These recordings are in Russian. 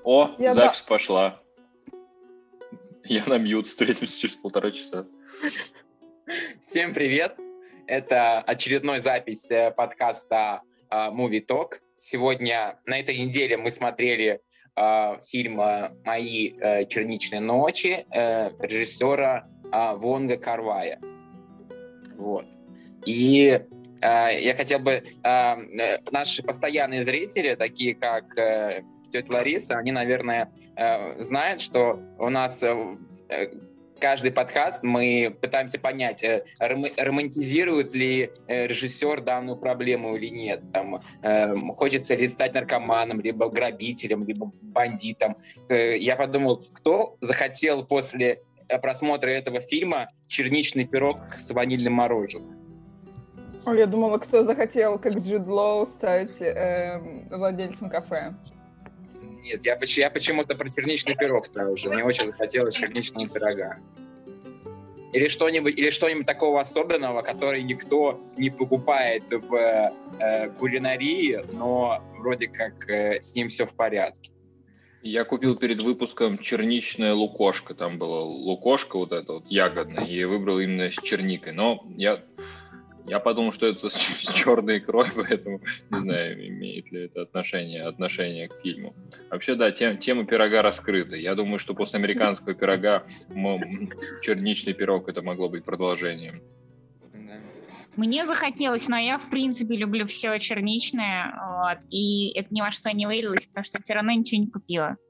О, запись пошла. Я на мьют, встретимся через 1,5 часа. Всем привет! Это очередной запись подкаста Movie Talk. Сегодня, на этой неделе, мы смотрели фильм «Мои черничные ночи» режиссера Вонга Кар-вая. Вот. И я хотел бы... Наши постоянные зрители, такие как тетя Лариса, они, наверное, знают, что у нас... Каждый подкаст мы пытаемся понять, романтизирует ли режиссер данную проблему или нет. Там, хочется ли стать наркоманом, либо грабителем, либо бандитом. Я подумал, кто захотел после просмотра этого фильма черничный пирог с ванильным мороженым? Я думала, кто захотел, как Джуд Лоу, стать владельцем кафе. Нет, я почему-то про черничный пирог сразу же. Мне очень захотелось черничного пирога. Или что-нибудь такого особенного, который никто не покупает в кулинарии, но вроде как с ним все в порядке. Я купил перед выпуском черничное лукошко. Там было лукошко вот это вот ягодное, и выбрал именно с черникой. Но я подумал, что это с черной икрой, поэтому не знаю, имеет ли это отношение к фильму. Вообще, да, тема пирога раскрыта. Я думаю, что после американского пирога черничный пирог это могло быть продолжением. Мне захотелось, но я, в принципе, люблю все черничное, вот, и это ни во что не вылилось, потому что все равно ничего не купила.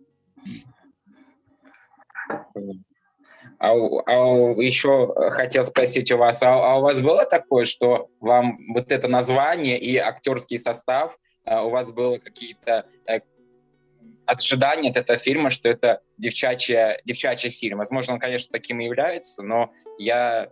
А еще хотел спросить у вас, у вас было такое, что вам вот это название и актерский состав, у вас было какие-то ожидания от этого фильма, что это девчачий фильм? Возможно, он, конечно, таким и является, но я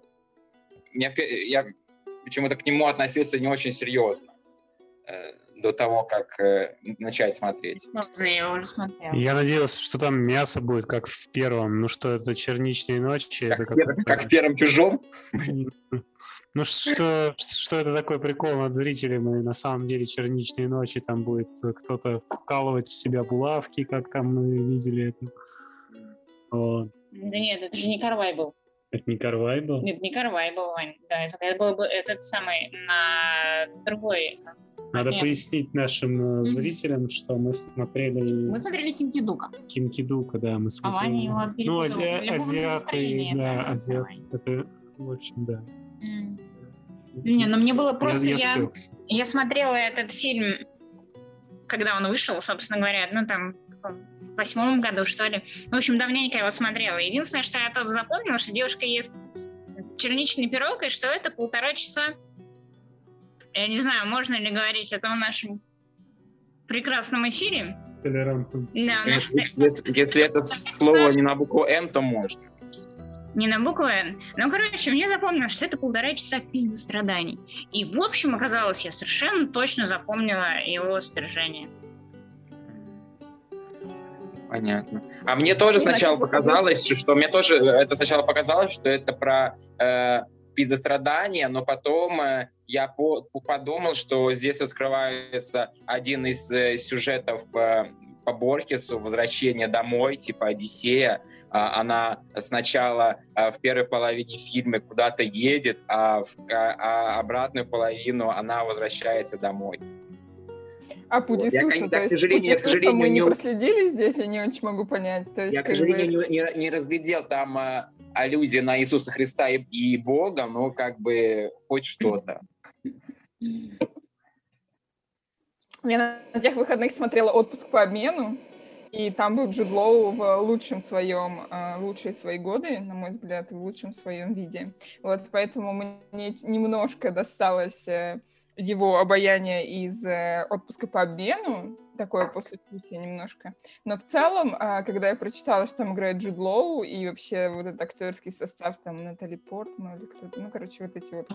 почему-то к нему относился не очень серьезно до того, как начать смотреть. Я уже смотрела. Я надеялся, что там мясо будет, как в первом. Ну что, это черничные ночи? Как в первом «Чужом»? Ну что это такой прикол над зрителями? На самом деле черничные ночи, там будет кто-то вкалывать в себя булавки, как там мы видели это. Вот. Да нет, это же не Кар-вай был. Это не Кар-вай был? Нет, не Кар-вай был, Вань. Да, это был этот самый на другой... Надо пояснить нашим зрителям, что мы смотрели... Мы смотрели Ким Ки-дука. Ким Ки-дука, да, мы смотрели. А Ваня его перепутал. Азиаты, да, азиаты. Это, в общем, да. Не, но мне было просто... Я смотрела этот фильм, когда он вышел, собственно говоря, там... в 2008 году, что ли. В общем, давненько его смотрела. Единственное, что я тут запомнила, что девушка ест черничный пирог, и что это 1,5 часа. Я не знаю, можно ли говорить это в нашем прекрасном эфире. Толерантно. Да, если это слово не на букву «Н», то можно. Не на букву «Н». Ну, короче, мне запомнилось, что это 1,5 часа пиздостраданий. И, в общем, оказалось, я совершенно точно запомнила его содержание. Понятно. А мне тоже сначала показалось, что это про пиздострадания, но потом я подумал, что здесь раскрывается один из сюжетов по Борхесу, «Возвращение домой», типа «Одиссея». Она сначала в первой половине фильма куда-то едет, а обратную половину она возвращается домой. А путь Иисуса, то есть путь Иисуса мы не проследили здесь, я не очень могу понять. То есть, я, к сожалению, не разглядел там аллюзии на Иисуса Христа и Бога, но как бы хоть что-то. Я на тех выходных смотрела «Отпуск по обмену», и там был Джуд Лоу в лучшие свои годы, на мой взгляд, в лучшем своем виде. Вот, поэтому мне немножко досталось... его обаяние из «Отпуска по обмену», такое послевкусие немножко. Но в целом, когда я прочитала, что там играет Джуд Лоу, и вообще вот этот актерский состав, там, Натали Портман или кто-то, вот эти вот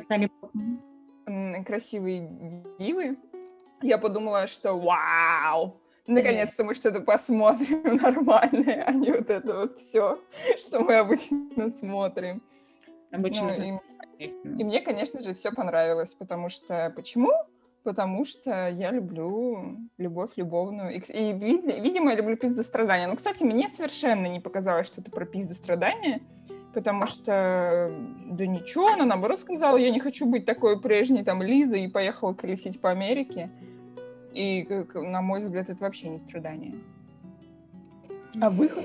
красивые дивы, я подумала, что вау! Наконец-то мы что-то посмотрим нормальное, а не вот это вот все, что мы обычно смотрим. И мне, конечно же, все понравилось, потому что... Почему? потому что я люблю любовь любовную. И видимо, я люблю пиздострадания. Но, кстати, мне совершенно не показалось, что это про пиздострадания, потому что, да ничего, она наоборот сказала, я не хочу быть такой прежней там Лизой, и поехала колесить по Америке. И, на мой взгляд, это вообще не страдание. А выход?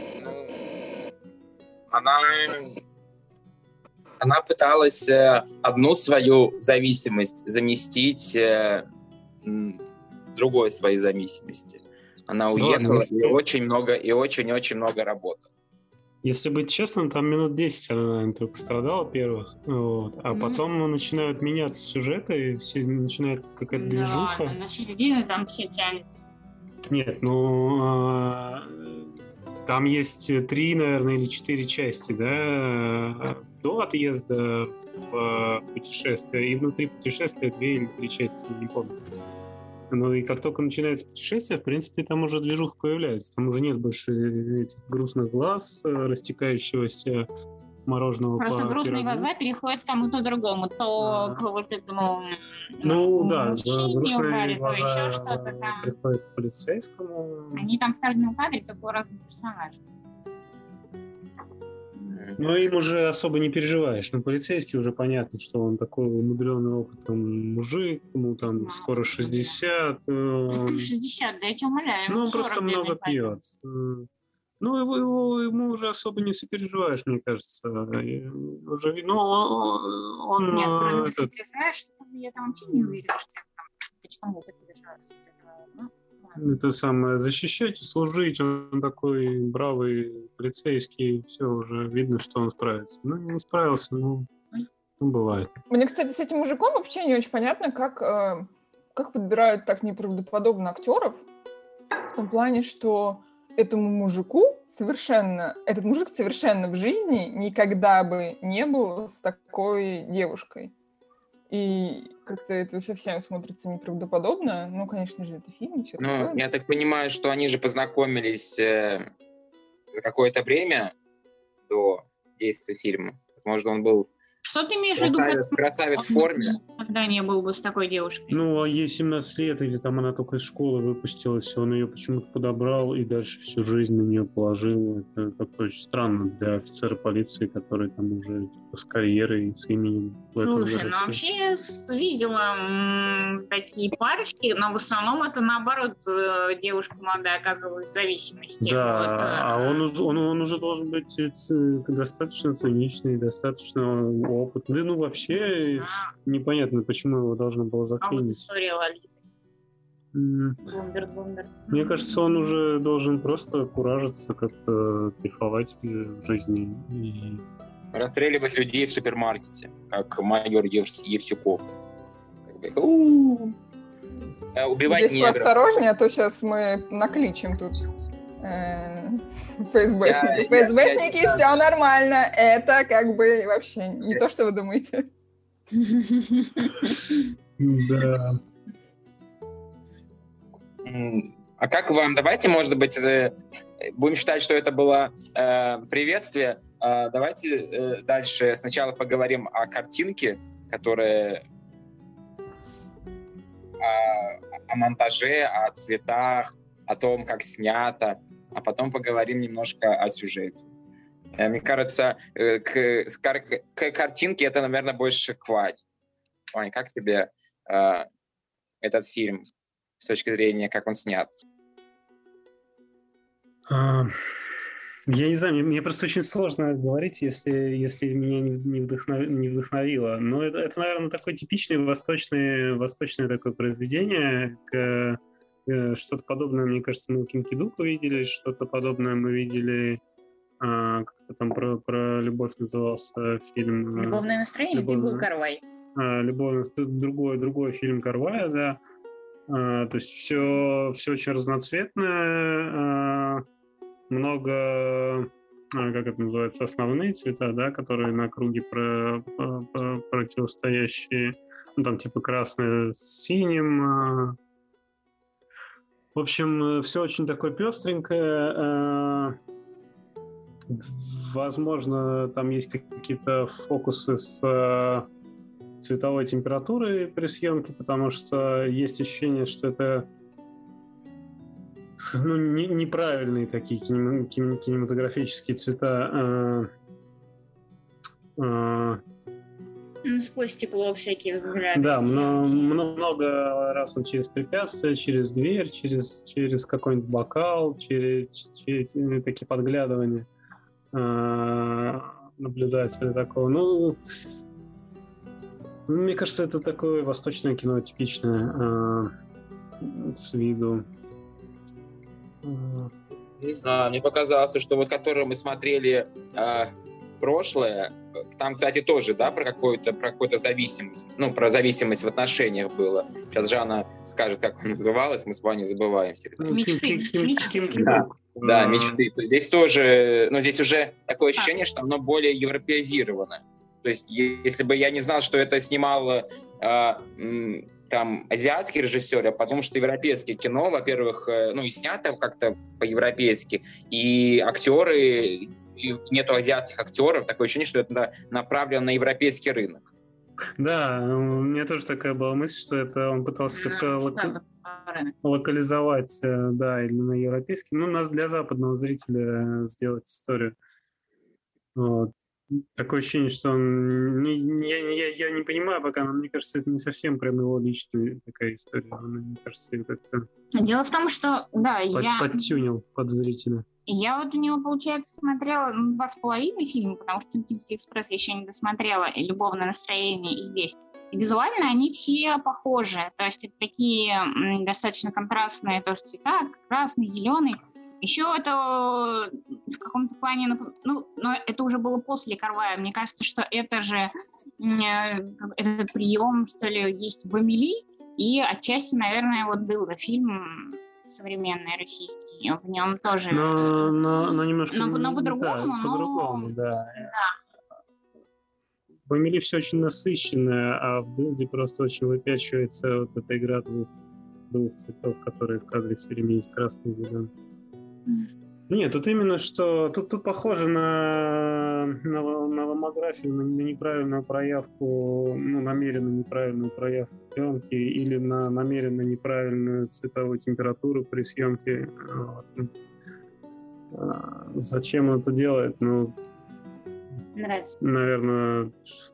Она пыталась одну свою зависимость заместить другой своей зависимости. Она уехала и очень-очень много работала. Если быть честным, там минут 10 она, наверное, только страдала первых, вот, а потом начинают меняться сюжеты, и все начинает какая-то движуха. Да, на середину там все тянется. Нет, там есть 3, наверное, или 4 части, да, до отъезда в путешествие, и внутри путешествия 2 или 3 части, не помню. Ну и как только начинается путешествие, в принципе, там уже движуха появляется. Там уже нет больше этих грустных глаз, растекающегося мороженого. Просто грустные глаза переходят к кому-то другому, то к вот этому грустные угаре, то глаза еще что-то там. Приходят к полицейскому. Они там в каждом кадре только разные персонажи. Ну, им уже особо не переживаешь. Но полицейский уже понятно, что он такой умудренный опытом мужик, ему там скоро 60. 60, да я тебя умоляю. Ну, он просто много пьет. Ну, ему уже особо не сопереживаешь, мне кажется. Уже, Нет, кроме сопереживаешь, я там вообще не уверена, что я там почему ты переживаешь. Это самое, защищать и служить, он такой бравый полицейский, все уже видно, что он справится. Ну, не справился, бывает. Мне, кстати, с этим мужиком вообще не очень понятно, как подбирают так неправдоподобно актеров, в том плане, что этот мужик совершенно в жизни никогда бы не был с такой девушкой. И как-то это совсем смотрится неправдоподобно. Ну, конечно же, это фильм. Я так понимаю, что они же познакомились за какое-то время до действия фильма. Возможно, он был что ты имеешь в виду? Красавец в форме. Когда не был бы с такой девушкой. Ну, а ей 17 лет, или там она только из школы выпустилась, он ее почему-то подобрал и дальше всю жизнь на нее положил. Это как-то очень странно для офицера полиции, который там уже с карьерой и с именем. Слушай, ну вообще я видела такие парочки, но в основном это наоборот девушка молодая оказывалась в зависимости. Да, а он уже должен быть достаточно циничный, достаточно опытный. Ну, вообще непонятно, почему его должно было заклинить. А вот история Лолиты. Бомбер. Мне кажется, он уже должен просто куражиться, как-то кайфовать в жизни. И... расстреливать людей в супермаркете, как майор Евсюков. Убивать здесь негров. поосторожнее, а то сейчас мы накличем тут ФСБшники. ФСБшники, все нормально. Это как бы вообще не то, что вы думаете. Да. А как вам? Давайте, может быть, будем считать, что это было приветствие. Давайте дальше сначала поговорим о картинке, которая о монтаже, о цветах, о том, как снято, а потом поговорим немножко о сюжете. Мне кажется, к картинке это, наверное, больше к Ване. Вань, как тебе этот фильм с точки зрения, как он снят? Я не знаю, мне просто очень сложно говорить, если меня не вдохновило. Но это, наверное, такое типичное восточное такое произведение. Что-то подобное, мне кажется, мы у Ким Ки-дука видели, что-то подобное мы видели, как-то там про любовь назывался фильм. «Любовное настроение», это был Карвай. Другой фильм Карвая, да. То есть все очень разноцветное, много, как это называется, основные цвета, да, которые на круге противостоящие, ну, там типа красное с синим. В общем, все очень такое пестренькое. Возможно, там есть какие-то фокусы с цветовой температуры при съемке, потому что есть ощущение, что это неправильные такие кинематографические цвета. Сквозь стекло всякие взгляды. Да, много раз он через препятствия, через дверь, через какой-нибудь бокал, через такие подглядывания наблюдателя такого. Ну, мне кажется, это такое восточное кино типичное с виду. Не знаю, мне показалось, что вот которое мы смотрели прошлое, там, кстати, тоже, да, про какую-то зависимость, ну, про зависимость в отношениях было. Сейчас Жанна скажет, как она называлась, мы с вами забываем всегда. Мечты. Да, мечты. Здесь тоже, ну, здесь уже такое ощущение, что оно более европеизировано. То есть, если бы я не знал, что это снимал там азиатский режиссер, а потому что европейское кино, во-первых, ну, и снято как-то по-европейски, и актеры, и нету азиатских актеров, такое ощущение, что это направлено на европейский рынок. Да, у меня тоже такая была мысль, что это он пытался как-то локализовать, да, именно европейский, ну, нас для западного зрителя сделать историю. Вот. Такое ощущение, что он... Я не понимаю пока, но мне кажется, это не совсем прям его личная такая история. Мне кажется, это как-то... Дело в том, что, да, подтюнил под зрителя. Я вот у него, получается, смотрела 2,5 фильма, потому что «Тюнкинский экспресс» я еще не досмотрела, и «Любовное настроение» и здесь. И визуально они все похожи. То есть это такие достаточно контрастные тоже цвета, красный, зеленый. Еще это в каком-то плане, ну, но это уже было после Карвая. Мне кажется, что это же этот прием, что ли, есть в «Эмили», и отчасти, наверное, вот был фильм современный российский, в нем тоже... Но немножко... Но по-другому, да, по-другому, да. В «Эмили» все очень насыщенное, а в «Дылде» просто очень выпячивается вот эта игра двух цветов, которые в кадре все время есть, красный и зеленый. Нет, тут именно что... Тут похоже на ломографию, на неправильную проявку, ну, намеренно неправильную проявку пленки или на намеренно неправильную цветовую температуру при съемке. Зачем он это делает? Ну, нравится. Наверное,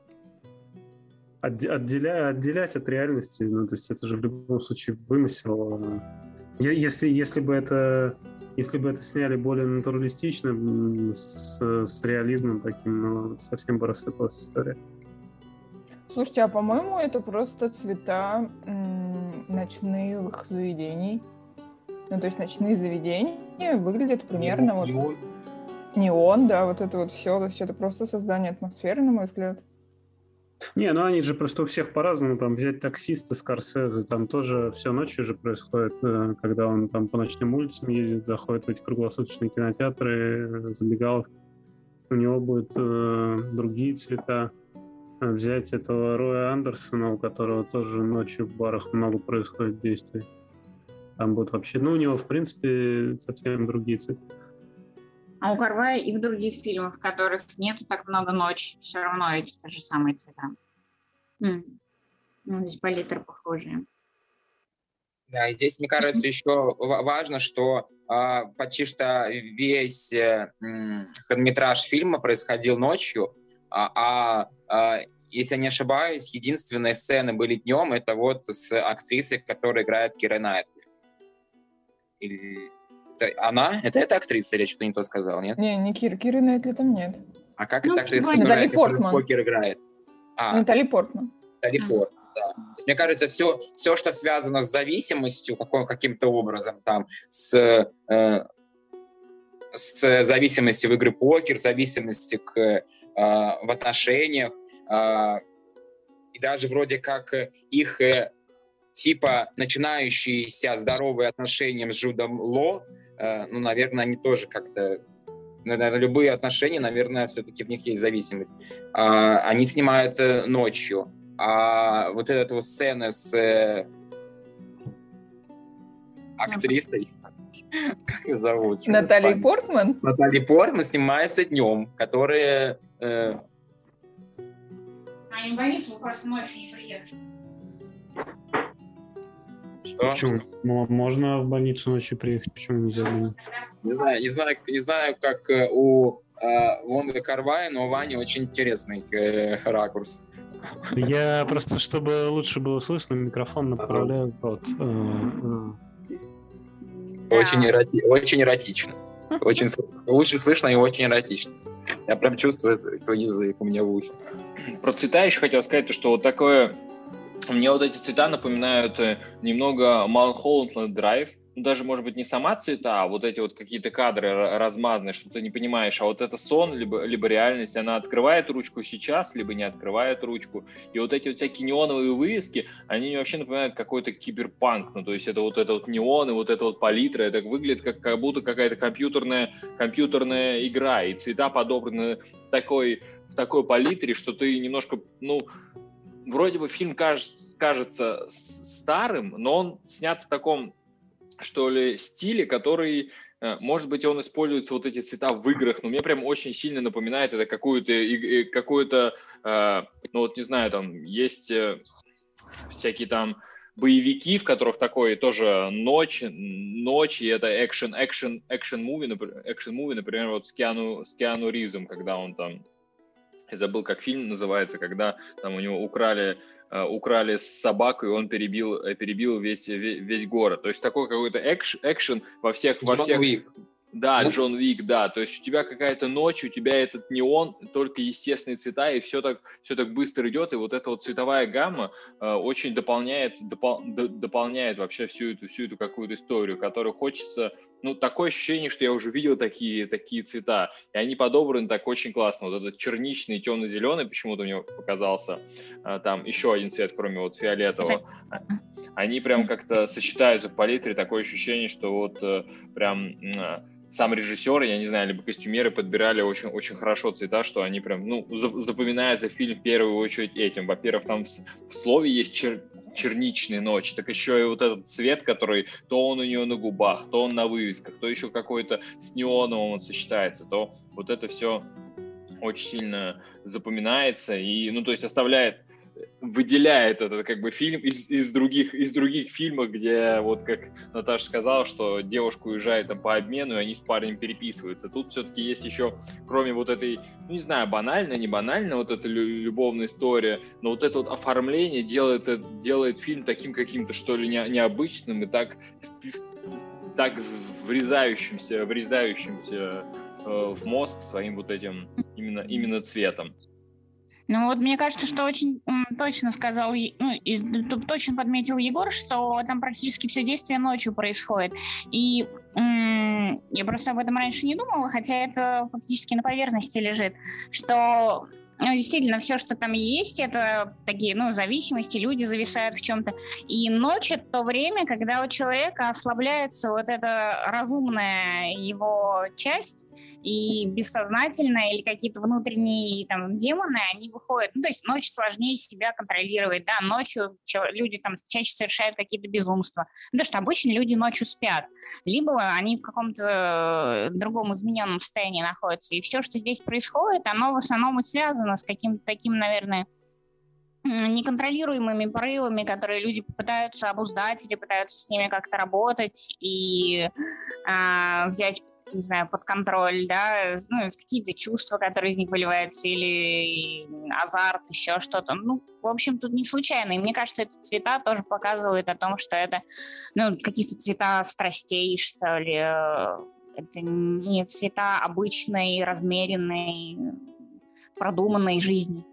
отделять от реальности. Ну, то есть это же в любом случае вымысел. Если бы это сняли более натуралистично, с реализмом таким, ну, совсем бы рассыпалась история. Слушайте, а по-моему, это просто цвета ночных заведений. Ну, то есть ночные заведения выглядят примерно вот... Неон, да, вот это вот все это просто создание атмосферы, на мой взгляд. Не, ну они же просто у всех по-разному. Там взять «Таксиста», Скорсезе, там тоже все ночью же происходит, когда он там по ночным улицам едет, заходит в эти круглосуточные кинотеатры, забегаловки. У него будут другие цвета. Взять этого Роя Андерсона, у которого тоже ночью в барах много происходит действий. Там будут вообще... Ну, у него, в принципе, совсем другие цвета. А у Карвая и в других фильмах, в которых нету так много ночи, все равно эти те же самые цвета. Ну, здесь палитра похожая. Да, и здесь, мне кажется, еще важно, что почти что весь хронометраж фильма происходил ночью, если я не ошибаюсь, единственные сцены были днем, это вот с актрисой, которая играет Кира Найтли. Она? Это эта актриса, или я что-то не то сказал, нет? Не Кира. Киры Найтли там нет. А как это актриса, которая покер играет? Натали Портман. Натали Портман, да. Мне кажется, все, что связано с зависимостью каким-то образом, там, с зависимостью в игры покер, зависимости в отношениях, и даже вроде как их типа начинающиеся здоровые отношения с Джудом Ло, ну, наверное, они тоже как-то... Наверное, любые отношения, наверное, все-таки в них есть зависимость. Они снимают ночью. А вот эта вот сцена с актрисой, как ее зовут? Натали Портман? Натали Портман снимается днем, которая... они в больницу просто ночью не приедут. Что? Почему? Можно в больницу ночью приехать, почему нельзя? Не знаю, как у Вонга Кар-вай, но у Вани очень интересный ракурс. Я просто, чтобы лучше было слышно, микрофон направляю в рот. Очень эротично. Очень слышно и очень эротично. Я прям чувствую твой язык у меня в ухе. Про цвета еще хотел сказать, что вот такое... Мне вот эти цвета напоминают немного Mulholland Drive. Ну, даже, может быть, не сама цвета, а вот эти вот какие-то кадры размазанные, что ты не понимаешь, а вот это сон, либо реальность, она открывает ручку сейчас, либо не открывает ручку. И вот эти вот всякие неоновые вывески, они мне вообще напоминают какой-то киберпанк. Ну, то есть это вот неон и вот эта вот палитра, это выглядит как будто какая-то компьютерная игра, и цвета подобраны в такой палитре, что ты немножко, вроде бы фильм кажется старым, но он снят в таком, что ли, стиле, который, может быть, он используется вот эти цвета в играх, но мне прям очень сильно напоминает это какую-то, не знаю, там есть всякие там боевики, в которых такой тоже ночь, и это экшен-муви, например, вот с Киану Ривзом, когда он там, я забыл, как фильм называется, когда там у него украли собаку, и он перебил весь город. То есть такой какой-то экшен во всех... Уик. Да, Джон Уик, да. То есть у тебя какая-то ночь, у тебя этот неон, только естественные цвета, и все так быстро идет, и вот эта вот цветовая гамма очень дополняет вообще всю эту какую-то историю, которую хочется... такое ощущение, что я уже видел такие цвета, и они подобраны так очень классно. Вот этот черничный, темно-зеленый почему-то мне показался, там еще один цвет, кроме вот фиолетового. Они прям как-то сочетаются в палитре, такое ощущение, что вот прям... сам режиссер, я не знаю, либо костюмеры подбирали очень, очень хорошо цвета, что они прям, запоминается фильм в первую очередь этим. Во-первых, там в слове есть черничная ночь, так еще и вот этот цвет, который то он у нее на губах, то он на вывесках, то еще какой-то с неоновым он сочетается, то вот это все очень сильно запоминается и, то есть выделяет этот как бы фильм из других фильмов, где вот как Наташа сказала, что девушка уезжает там по обмену, и они с парнем переписываются. Тут все-таки есть еще, кроме вот этой, не знаю, банально, не банально, вот эта любовная история, но вот это вот оформление делает фильм таким каким-то, что ли, необычным и так врезающимся в мозг своим вот этим именно цветом. Мне кажется, что очень точно сказал, точно подметил Егор, что там практически все действие ночью происходит. И я просто об этом раньше не думала, хотя это фактически на поверхности лежит, что действительно все, что там есть, это такие, зависимости, люди зависают в чем-то. И ночь — это то время, когда у человека ослабляется вот эта разумная его часть, и бессознательная или какие-то внутренние там демоны, они выходят. То есть ночью сложнее себя контролировать, да, ночью люди там чаще совершают какие-то безумства. Потому что обычно люди ночью спят, либо они в каком-то другом измененном состоянии находятся. И все, что здесь происходит, оно в основном и связано с каким-то таким, наверное, неконтролируемыми порывами, которые люди пытаются обуздать или пытаются с ними как-то работать и взять, не знаю, под контроль, да, какие-то чувства, которые из них выливаются, или азарт, еще что-то. В общем, тут не случайно. И мне кажется, эти цвета тоже показывают о том, что это, какие-то цвета страстей, что ли. Это не цвета обычной, размеренной, продуманной жизни.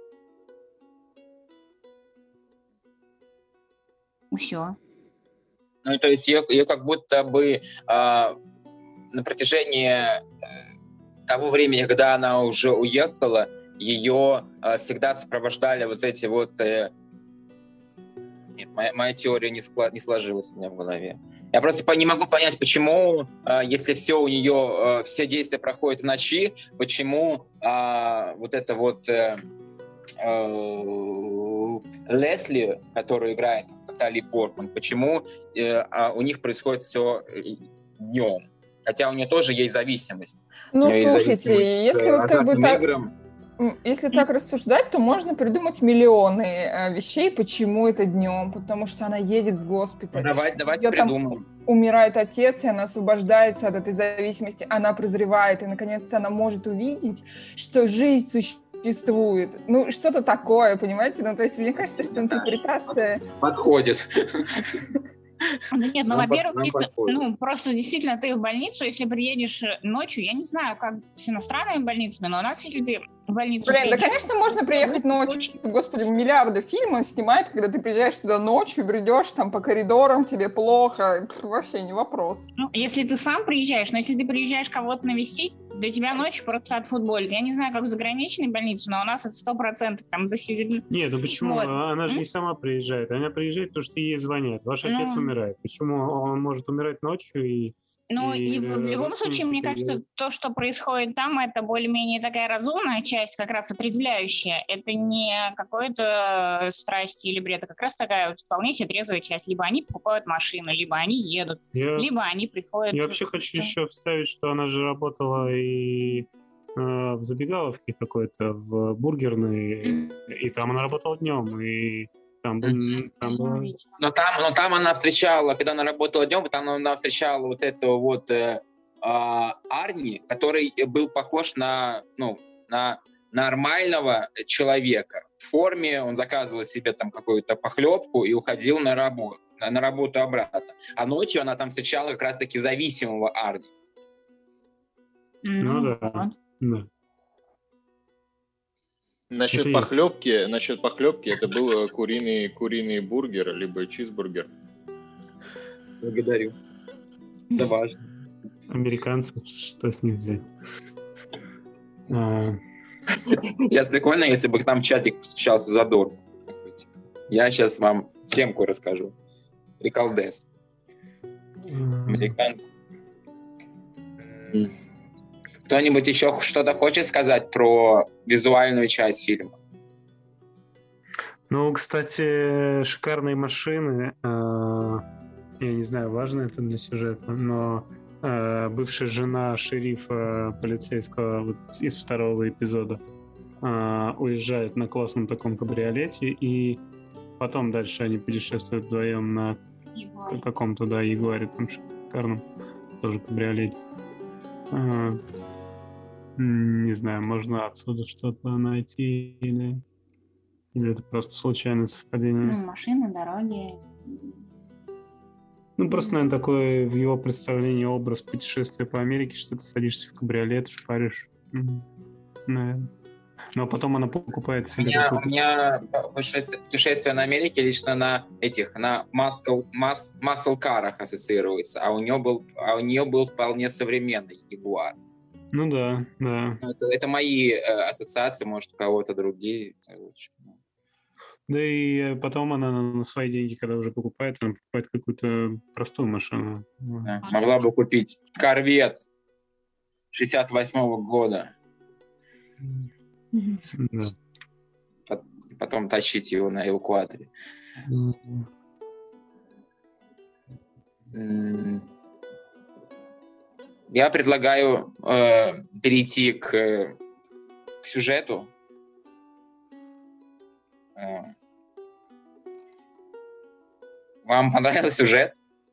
Все. То есть ее как будто бы на протяжении того времени, когда она уже уехала, ее всегда сопровождали вот эти вот... Нет, моя теория не сложилась у меня в голове. Я просто не могу понять, почему, если все у нее, все действия проходят в ночи, почему вот это вот Лесли, которую играет Натали Портман, почему у них происходит все днем? Хотя у нее тоже есть зависимость. Слушайте, если вот как бы так... Если так рассуждать, то можно придумать миллионы вещей, почему это днем, потому что она едет в госпиталь. Давайте придумаем. Умирает отец, и она освобождается от этой зависимости, она прозревает, и наконец-то она может увидеть, что жизнь существует. Ну, что-то такое, понимаете? Ну, то есть мне кажется, что интерпретация... Подходит. Нет, ну, во-первых, просто действительно ты в больницу, если приедешь ночью, я не знаю, как с иностранными больницами, но у нас, если ты в больницу да, конечно, можно приехать ночью. Господи, миллиарды фильмов снимают, когда ты приезжаешь туда ночью, бредешь там по коридорам, тебе плохо, вообще не вопрос. Ну, если ты сам приезжаешь, но если ты приезжаешь кого-то навестить, для тебя ночью просто отфутболит. Я не знаю, как в заграничной больнице, но у нас это 100% там досидит. Нет, ну почему? Вот. Она же не сама приезжает. Она приезжает, потому что ей звонят. Ваш отец умирает. Почему он может умирать ночью? И в любом случае, мне кажется, то, что происходит там, это более-менее такая разумная часть, как раз отрезвляющая. Это не какое-то страсть или бред, а как раз такая вот вполне себе трезвая часть. Либо они покупают машину, либо они едут, либо они приходят... Я вообще хочу еще вставить, что она же работала и в забегаловке какой-то, в бургерной, и там она работала днем, и там было... Но там она встречала, когда она работала днем, там она встречала вот этого вот Арни, который был похож на нормального человека. В форме он заказывал себе там какую-то похлебку и уходил на работу обратно. А ночью она там встречала как раз-таки зависимого Арни. Ну да. Насчет похлебки, это был куриный бургер, либо чизбургер. Благодарю. Это важно. Американцы, что с них взять? Сейчас прикольно, если бы к нам в чатик встречался Задор. Я сейчас вам темку расскажу. Приколдес. Американцы. Кто-нибудь еще что-то хочет сказать про визуальную часть фильма? Ну, кстати, шикарные машины. Я не знаю, важно это для сюжета, но бывшая жена шерифа полицейского вот из второго эпизода уезжает на классном таком кабриолете, и потом дальше они путешествуют вдвоем на каком-то, Ягуаре там шикарном, тоже кабриолете. Не знаю, можно отсюда что-то найти или это просто случайное совпадение? Машины, дороги. Просто, наверное, такой в его представлении образ путешествия по Америке, что ты садишься в кабриолет, шпаришь. Наверное. Но потом она покупает себе у меня путешествие на Америке лично на маслкарах ассоциируется, а у нее был вполне современный Ягуар. Ну да. Это мои ассоциации, может, у кого-то другие. Да и потом она на свои деньги, когда уже покупает, она покупает какую-то простую машину. Да. Могла бы купить корвет 68-го года. Да. Потом тащить его на эвакуаторе. Я предлагаю перейти к сюжету. Вам понравился сюжет?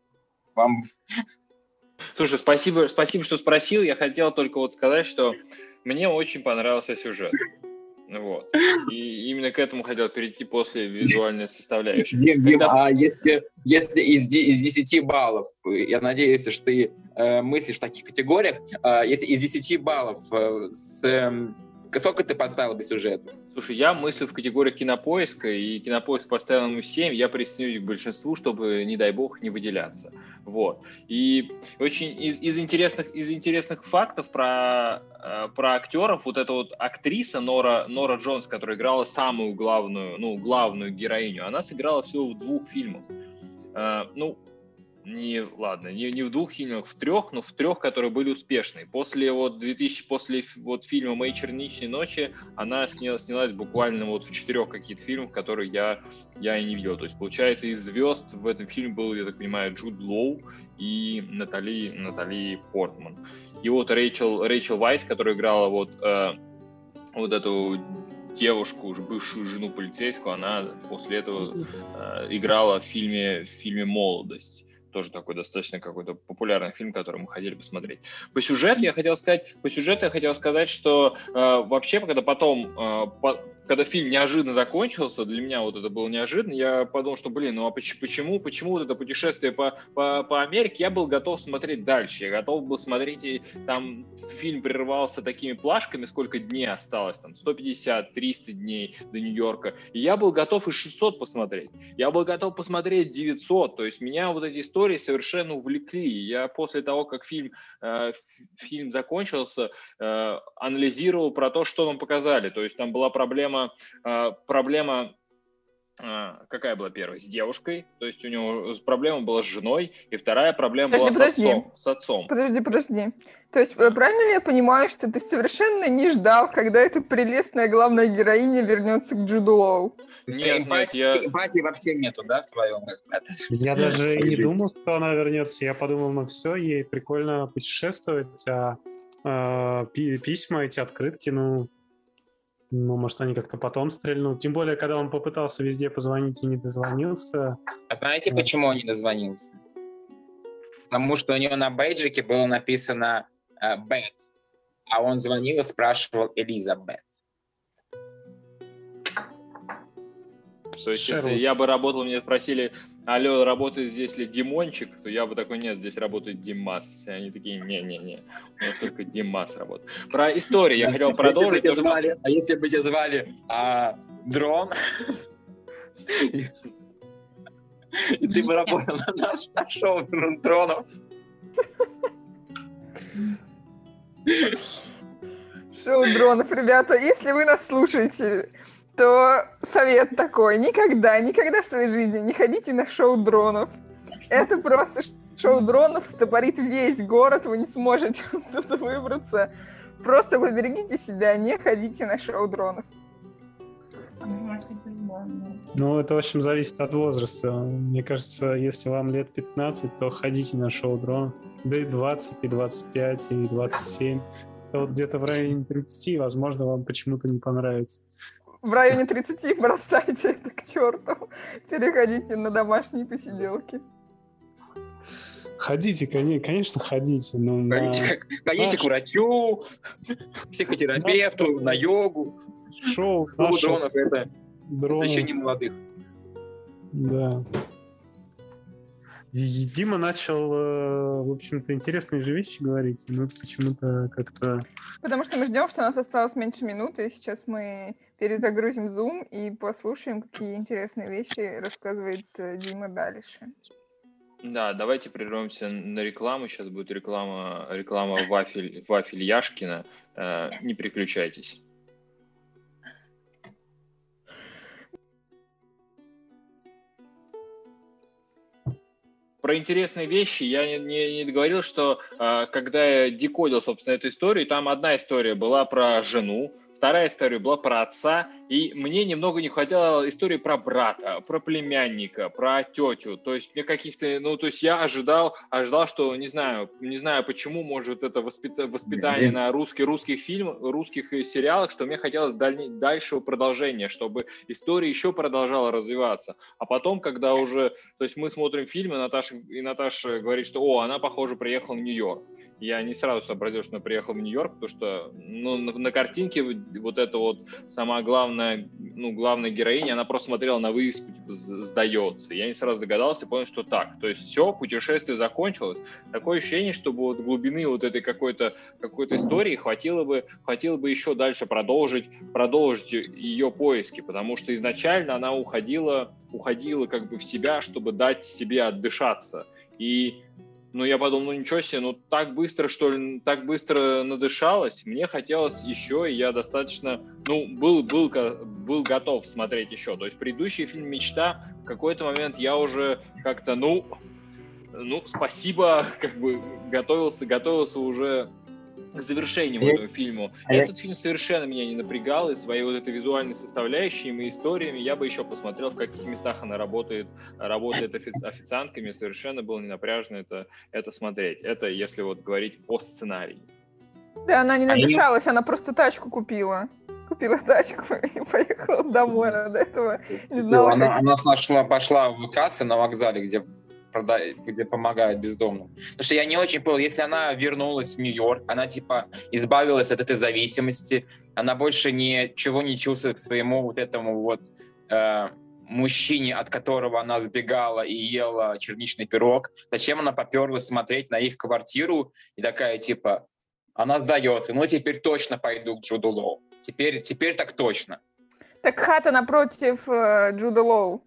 Слушай, спасибо, что спросил. Я хотел только вот сказать, что мне очень понравился сюжет. Вот. И именно к этому хотел перейти после визуальной составляющей. Дим, а если из 10 баллов, я надеюсь, что ты мыслишь в таких категориях, если из 10 баллов, сколько ты поставил бы сюжету? Слушай, я мыслю в категориях Кинопоиска, и Кинопоиск поставил ему 7, я присоединюсь к большинству, чтобы, не дай бог, не выделяться. Вот. И очень из интересных фактов про актеров, вот эта вот актриса Нора Джонс, которая играла самую главную героиню, она сыграла всего в 2 фильмах. Не в 2 фильмах, в 3, но в 3, которые были успешные. После фильма «Мои черничные ночи» она снялась буквально вот в 4 каких-то фильмах, которые я и не видел. То есть, получается, из звезд в этом фильме был, я так понимаю, Джуд Лоу и Натали Портман. И вот Рэйчел Вайс, которая играла вот вот эту девушку, уже бывшую жену полицейского, она после этого играла в фильме «Молодость». Тоже такой достаточно какой-то популярный фильм, который мы хотели посмотреть. По сюжету я хотел сказать, что вообще, когда фильм неожиданно закончился, для меня вот это было неожиданно, я подумал, что, ну а почему вот это путешествие по Америке, я был готов смотреть дальше, я готов был смотреть, и там фильм прерывался такими плашками, сколько дней осталось, там 150, 300 дней до Нью-Йорка, и я был готов и 600 посмотреть, я был готов посмотреть 900, то есть меня вот эти истории совершенно увлекли, я после того, как фильм закончился, анализировал про то, что нам показали, то есть там была проблема, какая была первая? С девушкой, то есть у него проблема была с женой, и вторая проблема была с отцом. Подожди. То есть правильно ли я понимаю, что ты совершенно не ждал, когда эта прелестная главная героиня вернется к Джуду Лоу? Нет, эмпатии вообще нету, да, в твоем? Я даже не думал, что она вернется. Я подумал, ну все, ей прикольно путешествовать, а письма, эти открытки, ну, может, они как-то потом стрельнут. Тем более, когда он попытался везде позвонить и не дозвонился. А знаете, почему он не дозвонился? Потому что у него на бейджике было написано Бет, а он звонил и спрашивал Элизабет. То есть, если я бы работал, мне спросили, алло, работает здесь ли Димончик, то я бы такой, нет, здесь работает Димас. И они такие, не-не-не, у нас только Димас работает. Про историю я хотел продолжить. А если бы тебя звали Дрон, и ты бы работал на шоу Дронов. Шоу Дронов, ребята, если вы нас слушаете, то совет такой: никогда в своей жизни не ходите на шоу дронов. Это просто шоу дронов стопорит весь город, вы не сможете оттуда выбраться. Просто поберегите себя, не ходите на шоу дронов. Ну, это, в общем, зависит от возраста. Мне кажется, если вам лет 15, то ходите на шоу дронов. Да и 20, и 25, и 27. Это вот где-то в районе 30, возможно, вам почему-то не понравится. В районе 30 бросайте это к черту. Переходите на домашние посиделки. Ходите, конечно, ходите. Ходите к врачу, психотерапевту, на йогу. Шоу дронов — это развлечение молодых. Да. Дима начал, в общем-то, интересные же вещи говорить, но почему-то как-то... Потому что мы ждем, что у нас осталось меньше минуты, и сейчас мы перезагрузим Zoom и послушаем, какие интересные вещи рассказывает Дима дальше. Да, давайте прервемся на рекламу. Сейчас будет реклама вафель Яшкина. Не переключайтесь. Про интересные вещи я не договорил, что когда я декодил, собственно, эту историю, там одна история была про жену, вторая история была про отца, и мне немного не хватало истории про брата, про племянника, про тетю. То есть мне каких-то, то есть я ожидал, что не знаю почему, может, это воспитание на русских сериалах, что мне хотелось дальшего продолжения, чтобы история еще продолжала развиваться. А потом, когда уже, то есть мы смотрим фильм, и Наташа говорит, что, она, похоже, приехала в Нью-Йорк. Я не сразу сообразил, что она приехала в Нью-Йорк, потому что на картинке вот эта вот самая главная героиня, она просто смотрела на вывеску, типа, сдается. Я не сразу догадался, понял, что так. То есть все, путешествие закончилось. Такое ощущение, что вот глубины вот этой какой-то истории хватило бы еще дальше продолжить ее поиски, потому что изначально она уходила как бы в себя, чтобы дать себе отдышаться. И я подумал, ничего себе, так быстро надышалась, мне хотелось еще, и я достаточно, был готов смотреть еще. То есть предыдущий фильм «Мечта», в какой-то момент я уже как-то, спасибо, как бы готовился уже к завершению этого фильма. Этот фильм совершенно меня не напрягал, и своей вот этой визуальной составляющей и историями я бы еще посмотрел, в каких местах она работает официантками, совершенно было не напряжно это смотреть. Это если вот говорить о сценарии. Да, она не надышалась, она просто тачку купила. купила тачку и поехала домой. Она до этого не знала, она пошла в кассы на вокзале, где помогают бездомным. Потому что я не очень понял, если она вернулась в Нью-Йорк, она типа избавилась от этой зависимости, она больше ничего не чувствует к своему вот этому вот мужчине, от которого она сбегала и ела черничный пирог. Зачем она поперлась смотреть на их квартиру и такая типа, она сдается, ну теперь точно пойду к Джуду Лоу. Теперь так точно. Так хата напротив Джуда Лоу.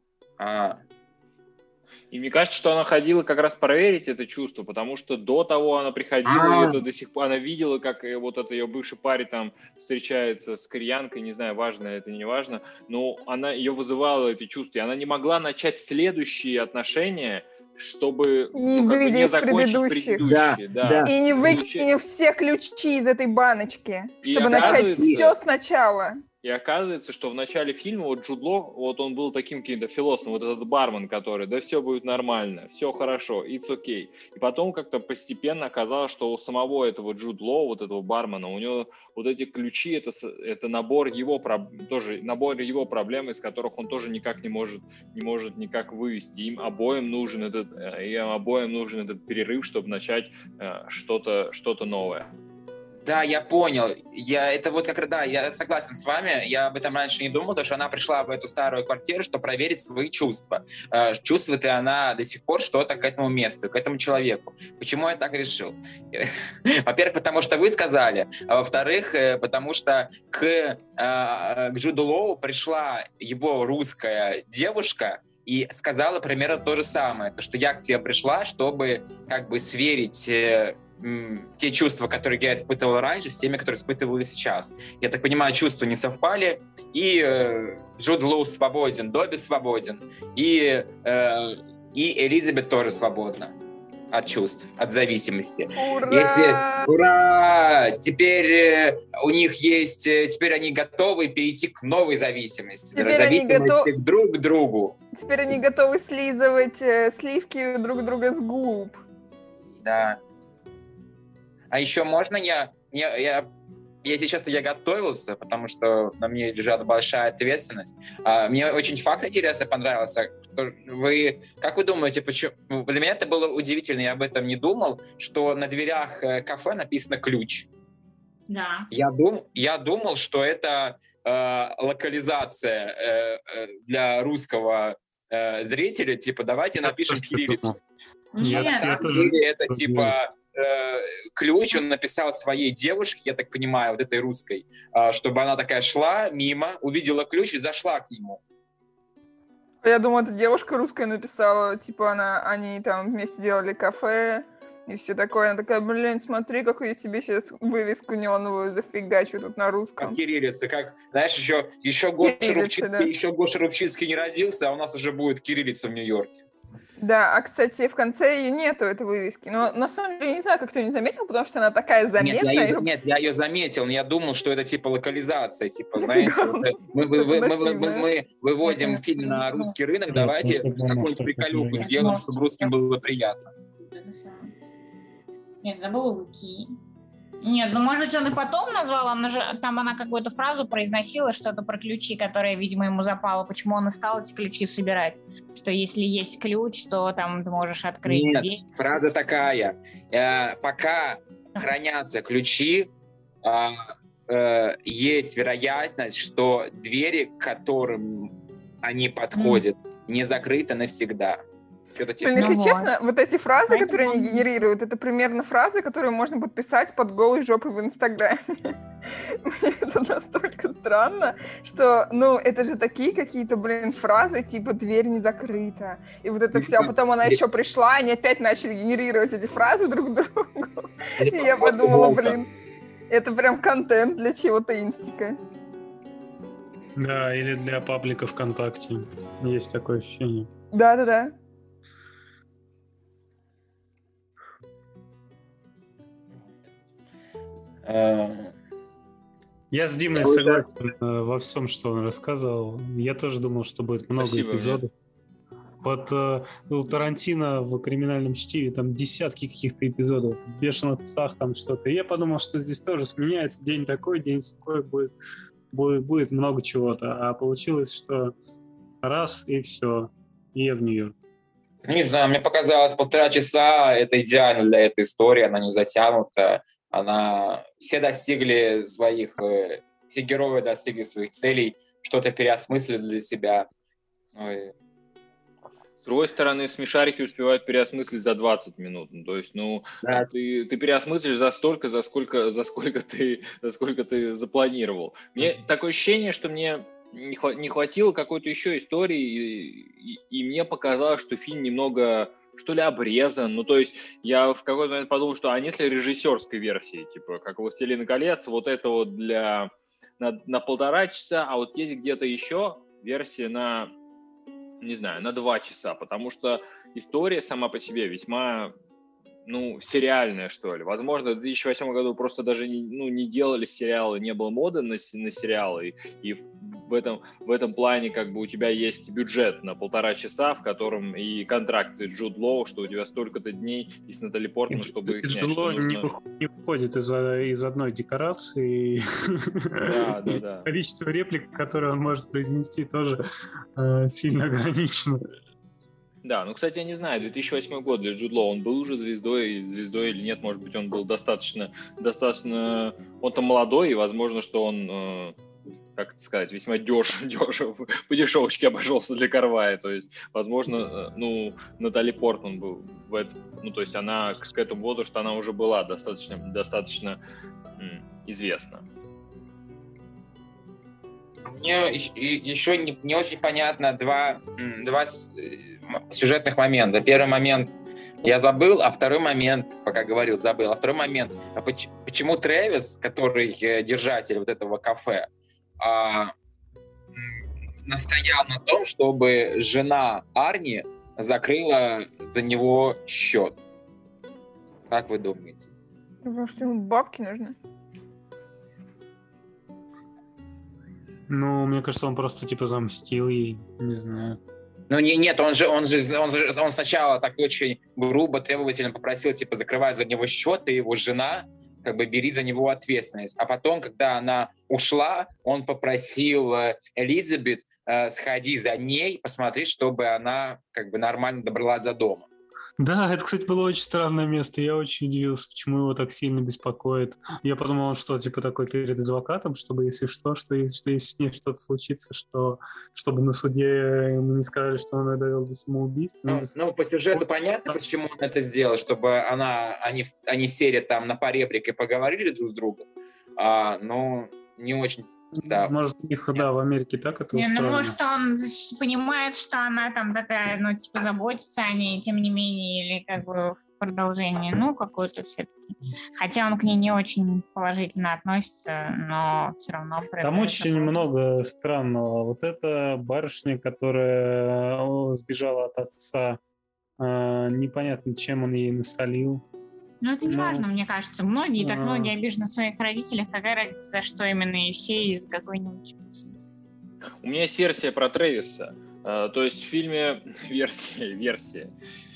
И мне кажется, что она ходила как раз проверить это чувство, потому что до того она приходила, и это до сих пор она видела, как вот это ее бывший парень там встречается с кореянкой, не знаю, важно это, не важно, но она ее вызывала эти чувства, и она не могла начать следующие отношения, чтобы не закончить предыдущие. Да. И не выкинуть все ключи из этой баночки, чтобы начать все сначала. И оказывается, что в начале фильма вот Джуд Лоу, вот он был таким каким-то философом, вот этот бармен, который, да все будет нормально, все хорошо, it's okay. И потом как-то постепенно оказалось, что у самого этого Джуд Лоу, вот этого бармена, у него вот эти ключи, это набор его проблем, из которых он тоже никак не может никак вывести. Им обоим нужен этот перерыв, чтобы начать что-то новое. Да, я понял. Я согласен с вами. Я об этом раньше не думал, потому что она пришла в эту старую квартиру, чтобы проверить свои чувства. Чувствует ли она до сих пор что-то к этому месту, к этому человеку. Почему я так решил? Во-первых, потому что вы сказали, а во-вторых, потому что к Джуду Лоу пришла его русская девушка и сказала примерно то же самое, то, что я к тебе пришла, чтобы как бы сверить те чувства, которые я испытывал раньше, с теми, которые испытываю сейчас. Я так понимаю, чувства не совпали, и Джуд Лоу свободен, Добби свободен, и Элизабет тоже свободна от чувств, от зависимости. Ура! Теперь у них есть, теперь они готовы перейти к новой зависимости, зависимости друг к другу. Теперь они готовы слизывать сливки друг друга с губ. Да. А еще можно я сейчас готовился, потому что на мне лежит большая ответственность. Мне очень факт интересный понравился. Как вы думаете, почему? Для меня это было удивительно, я об этом не думал, что на дверях кафе написано «ключ». Да. Я думал, что это локализация для русского зрителя, типа давайте напишем кириллицу. Нет. На самом деле это типа... ключ он написал своей девушке, я так понимаю, вот этой русской, чтобы она такая шла мимо, увидела ключ и зашла к нему. Я думаю, эта девушка русская написала, типа они там вместе делали кафе и все такое. Она такая, блин, смотри, какую я тебе сейчас вывеску неоновую зафигачу тут на русском. Как кириллица, как, знаешь, еще Гоша Рубчинский не родился, а у нас уже будет кириллица в Нью-Йорке. Да, а, кстати, в конце ее нету, этой вывески. Но, на самом деле, не знаю, как кто не заметил, потому что она такая заметная. Нет, я ее заметил, но я думал, что это типа локализация. Типа, знаете, мы выводим фильм на русский рынок, давайте какую-нибудь приколюху сделаем, чтобы русским было приятно. Нет, забыла уйти. Нет, ну, может быть, он и потом назвал, она какую-то фразу произносила, что-то про ключи, которое, видимо, ему запало, почему он и стал эти ключи собирать, что если есть ключ, то там ты можешь открыть дверь. Нет, фраза такая, пока хранятся ключи, есть вероятность, что двери, к которым они подходят, не закрыты навсегда. Типа. Если честно, вот эти фразы, которые они генерируют, это примерно фразы, которые можно подписать под голой жопой в Инстаграме. Мне это настолько странно, что, это же такие какие-то, фразы, типа «дверь не закрыта». И вот это все. А потом она еще пришла, они опять начали генерировать эти фразы друг другу. И я подумала, это прям контент для чего-то инстика. Да, или для паблика ВКонтакте. Есть такое ощущение. Да. Я с Димой согласен во всем, что он рассказывал. Я тоже думал, что будет много эпизодов. Вот у Тарантино в «Криминальном чтиве» там десятки каких-то эпизодов, в «Бешеных псах» там что-то. И я подумал, что здесь тоже сменяется день такой, день такой будет. будет много чего-то. А получилось, что раз и все, и я в Нью-Йорк. Не знаю, мне показалось, 1,5 часа — это идеально для этой истории, она не затянута, все достигли все герои достигли своих целей, что-то переосмыслили для себя. Ой. С другой стороны, смешарики успевают переосмыслить за 20 минут. То есть, да. ты переосмыслишь за сколько ты запланировал. Мне такое ощущение, что мне не хватило какой-то еще истории, и мне показалось, что фильм немного, что ли, обрезан. То есть я в какой-то момент подумал, что нет ли режиссерской версии, типа, как «Властелин колец», вот это вот на 1,5 часа, а вот есть где-то еще версия на 2 часа, потому что история сама по себе весьма, сериальная, что ли. Возможно, в 2008 году просто даже не делали сериалы, не было моды на сериалы, и в этом плане как бы у тебя есть бюджет на 1,5 часа, в котором и контракт с Джуд Лоу, что у тебя столько-то дней и с Натали Портман, чтобы их снять. Джуд Лоу не выходит из одной декорации. Да. Количество реплик, которые он может произнести, тоже сильно ограничено. Да, кстати, я не знаю, 2008 год для Джуд Лоу, он был уже звездой или нет, может быть, он был достаточно, он-то молодой, и возможно, что он, как это сказать, весьма дешево, по дешевочке обошелся для Карвая, то есть, возможно, Натали Портман был то есть она к этому возрасту, она уже была достаточно известна. Мне еще не очень понятно два сюжетных момента. Первый момент я забыл, а второй момент, пока говорил, забыл. А второй момент, почему Трэвис, который держатель вот этого кафе, настоял на том, чтобы жена Арни закрыла за него счет? Как вы думаете? Потому что ему бабки нужны. Мне кажется, он просто типа замстил ей, не знаю. Нет, он сначала так очень грубо, требовательно попросил, типа, закрывать за него счет, и его жена, как бы, бери за него ответственность. А потом, когда она ушла, он попросил Элизабет сходи за ней, посмотреть, чтобы она, как бы, нормально добралась до дома. Да, это, кстати, было очень странное место. Я очень удивился, почему его так сильно беспокоит. Я подумал, что типа такой перед адвокатом, чтобы если что если с ней что-то случится, чтобы на суде ему не сказали, что он ее довел до самоубийства. По сюжету понятно, почему он это сделал, чтобы они сели там на поребрик и поговорили друг с другом. Но не очень. Да. Может, у них, в Америке так это устроено. Может, он понимает, что она там такая, заботится о ней, тем не менее, или как бы в продолжении, какой-то все-таки. Хотя он к ней не очень положительно относится, но все равно... Там очень много странного. Вот эта барышня, которая сбежала от отца, непонятно, чем он ей насолил. Это не важно, мне кажется. Многие обижены на своих родителях. Какая разница, что именно и все из какой-нибудь... У меня есть версия про Трэвиса. То есть в фильме... Версия.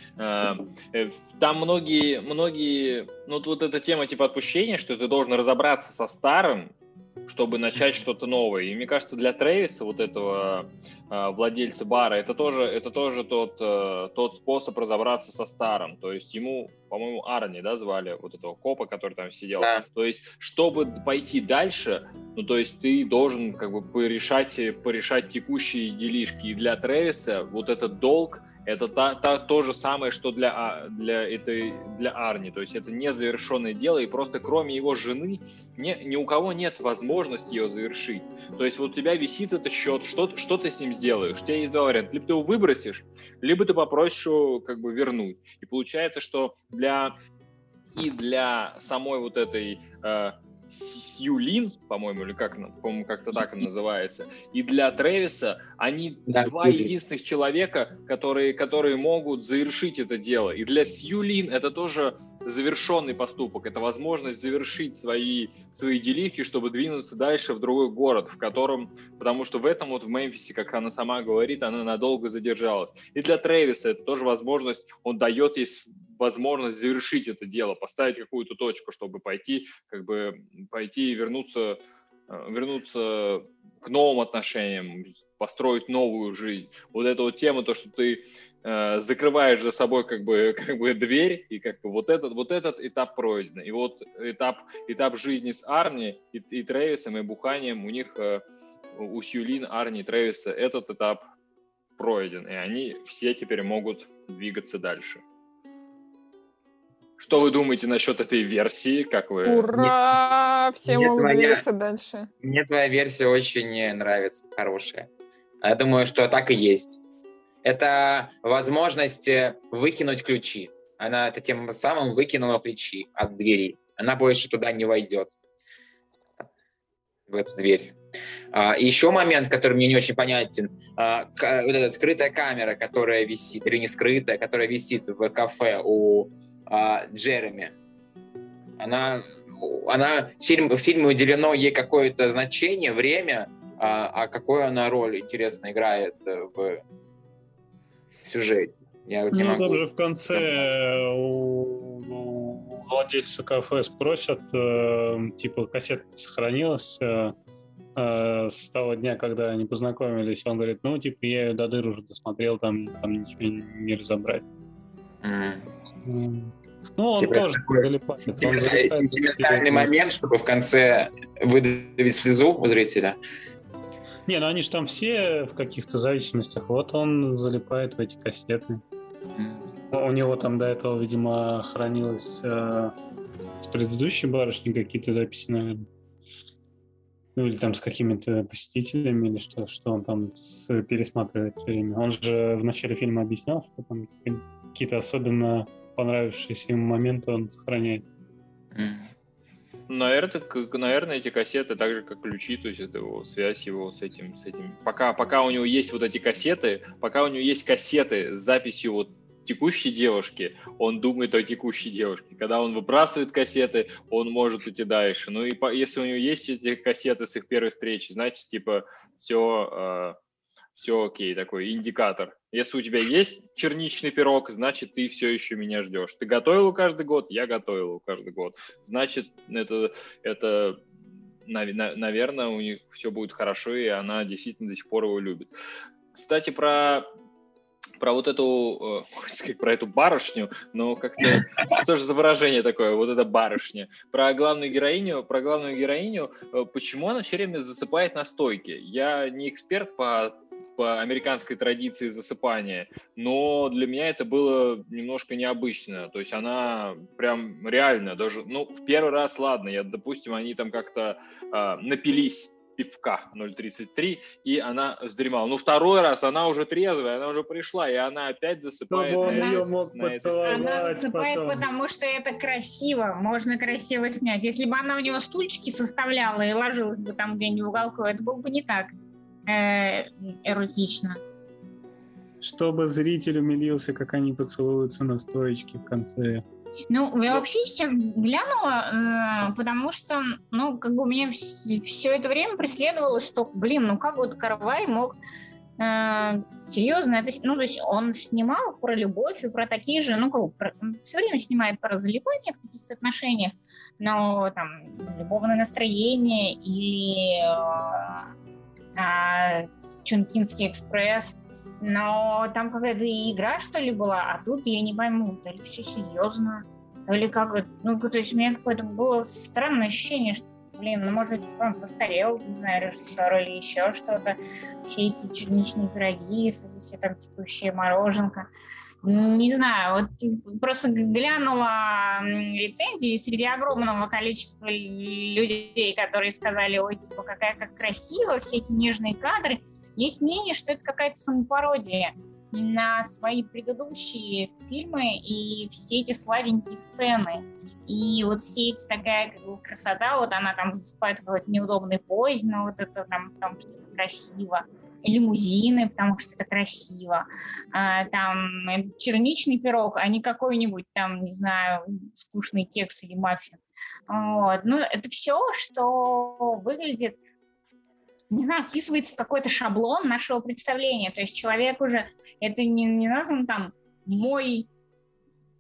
Там многие... вот эта тема типа отпущения, что ты должен разобраться со старым, чтобы начать что-то новое. И мне кажется, для Трэвиса, вот этого владельца бара, это тоже тот способ разобраться со старым. То есть ему, по-моему, Арни, звали, вот этого копа, который там сидел. Да. То есть, чтобы пойти дальше, то есть ты должен как бы порешать текущие делишки. И для Трэвиса вот этот долг, это то же самое, что для Арни. То есть это незавершенное дело, и просто кроме его жены ни у кого нет возможности ее завершить. То есть вот у тебя висит этот счет, что ты с ним сделаешь? У тебя есть два варианта. Либо ты его выбросишь, либо ты попросишь его как бы вернуть. И получается, что для самой вот этой... Сьюлин, по-моему, или как-то так она называется, и для Трэвиса они два единственных человека, которые могут завершить это дело. И для Сьюлин это тоже завершенный поступок, это возможность завершить свои делишки, чтобы двинуться дальше в другой город, потому что в этом в Мемфисе, как она сама говорит, она надолго задержалась. И для Трэвиса это тоже возможность, он дает ей возможность завершить это дело, поставить какую-то точку, чтобы пойти и вернуться вернуться к новым отношениям, построить новую жизнь. Вот эта вот тема, то, что ты закрываешь за собой как бы дверь, и как бы вот этот этап пройден. И вот этап жизни с Арни и Трэвисом, и буханием у них, у Сьюлин, Арни и Трэвиса, этот этап пройден, и они все теперь могут двигаться дальше. Что вы думаете насчет этой версии? Как вы... Ура! Все могут двигаться дальше. Мне твоя версия очень нравится, хорошая. Я думаю, что так и есть. Это возможность выкинуть ключи. Она это тем самым выкинула ключи от двери. Она больше туда не войдет, в эту дверь. И еще момент, который мне не очень понятен. Вот эта скрытая камера, которая висит, или не скрытая, которая висит в кафе у Джереми. В фильме уделено ей какое-то значение, время, а какую она роль, интересно, играет в сюжете. Я вот не могу. Там же в конце у владельца кафе спросят, типа, кассета сохранилась с того дня, когда они познакомились. Он говорит, ну, типа, я ее до дыр уже досмотрел, там ничего не разобрать. Ну, он типа тоже залипает. Сентиментальный момент, чтобы в конце выдавить слезу у зрителя. Не, ну они же там все в каких-то зависимостях. Вот он залипает в эти кассеты. У него там до этого, видимо, хранилось с предыдущей барышней какие-то записи, наверное. Ну, или там с какими-то посетителями, или что он там пересматривает все время. Он же в начале фильма объяснял, что там какие-то особенно понравившиеся ему моменты он сохраняет. Наверное, эти кассеты, так же как ключи, то есть это его связь его с этим. Пока у него есть вот эти кассеты, пока у него есть кассеты с записью вот текущей девушки, он думает о текущей девушке. Когда он выбрасывает кассеты, он может идти дальше. Ну и если у него есть эти кассеты с их первой встречи, значит, типа, все окей, такой индикатор. Если у тебя есть черничный пирог, значит, ты все еще меня ждешь. Ты готовил его каждый год? Я готовил его каждый год. Значит, это наверное, у них все будет хорошо, и она действительно до сих пор его любит. Кстати, про вот эту, про эту барышню, но как-то, что же за выражение такое, вот эта барышня. Про главную героиню, почему она все время засыпает на стойке? Я не эксперт по американской традиции засыпания, но для меня это было немножко необычно. То есть она прям реально даже, в первый раз, ладно, допустим, они там как-то напились пивка 0,33, и она вздремала. Но второй раз она уже трезвая, она уже пришла, и она опять засыпает. Он ее мог поцеловать. Она засыпает, потому что это красиво, можно красиво снять. Если бы она у него стульчики составляла и ложилась бы там где-нибудь в уголку, это было бы не так эротично. Чтобы зритель умилился, как они поцелуются на стоечке в конце. Я вообще сейчас глянула, потому что, у меня все это время преследовало, что, как вот Карвай мог серьезно, то есть он снимал про любовь и про такие же, все время снимает про залипание в каких-то отношениях, но там любовное настроение или Чункинский экспресс, но там какая-то игра, что ли, была, а тут я не пойму, то ли все серьезно, то ли как, то есть у меня какое-то было странное ощущение, что, может быть, он постарел, не знаю, режиссер или еще что-то, все эти черничные пироги, все там текущие мороженка. Не знаю, вот просто глянула рецензии среди огромного количества людей, которые сказали, ой, типа, как красиво, все эти нежные кадры. Есть мнение, что это какая-то самопародия на свои предыдущие фильмы и все эти сладенькие сцены. И вот все эти такая красота, вот она там засыпает в какой-то неудобной позе, но вот это там, потому что это красиво. Лимузины, потому что это красиво. Там черничный пирог, а не какой-нибудь там, не знаю, скучный кекс или маффин. Вот. Это все, что выглядит, не знаю, вписывается в какой-то шаблон нашего представления. То есть человек уже, это не назван там мой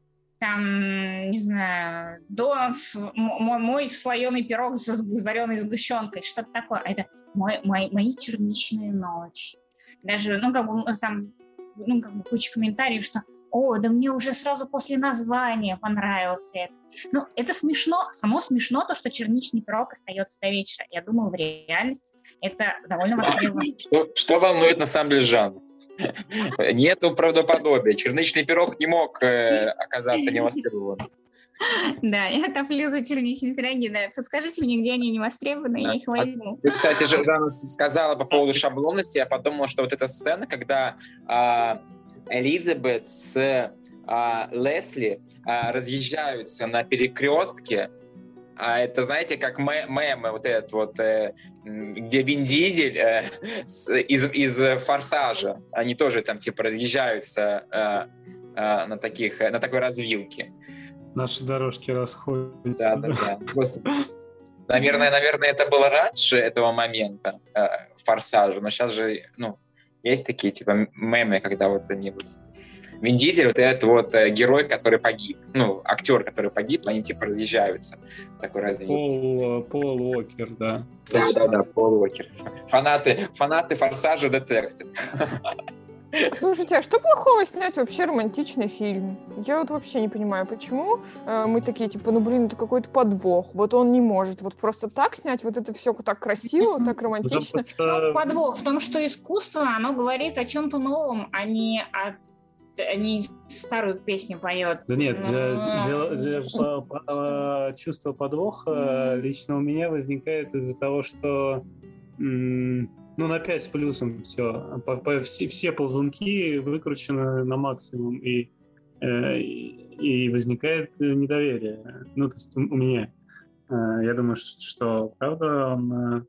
там, не знаю, донос, мой слоеный пирог с вареной сгущенкой, что-то такое. А это мои черничные ночи. Даже, там, куча комментариев, что да мне уже сразу после названия понравился это. Это смешно, само смешно то, что черничный пирог остается до вечера. Я думаю, в реальности это довольно востребовано. Что волнует на самом деле Жанну? Нету правдоподобия. Черничный пирог не мог оказаться невостребованным. Да, я топлю за черничные пироги. Да. Подскажите мне, где они не востребованы, я их возьму. Ты, кстати, Жанна сказала по поводу шаблонности. Я подумал, что вот эта сцена, когда Элизабет с Лесли разъезжаются на перекрестке, это, знаете, как мемы вот этот вот, где Вин Дизель из «Форсажа», они тоже там типа разъезжаются на такой развилке. Наши дорожки расходятся. Да. Просто, наверное, это было раньше этого момента «Форсажа», но сейчас же, есть такие типа мемы, когда вот они вот... Вин Дизель, вот этот вот герой, который погиб, актер, который погиб, они типа разъезжаются. Такой развил. Пол Уокер, да. Да, Пол Уокер. Фанаты «Форсажа» детектив. Слушайте, а что плохого снять вообще романтичный фильм? Я вот вообще не понимаю, почему мы такие, типа, это какой-то подвох. Вот он не может вот просто так снять, вот это все так красиво, так романтично. Подвох в том, что искусство, оно говорит о чем-то новом, а не старую песню поет. Да нет, чувство подвоха лично у меня возникает из-за того, что на 5 с плюсом все. Все ползунки выкручены на максимум, и возникает недоверие. То есть у меня. Я думаю, что правда он...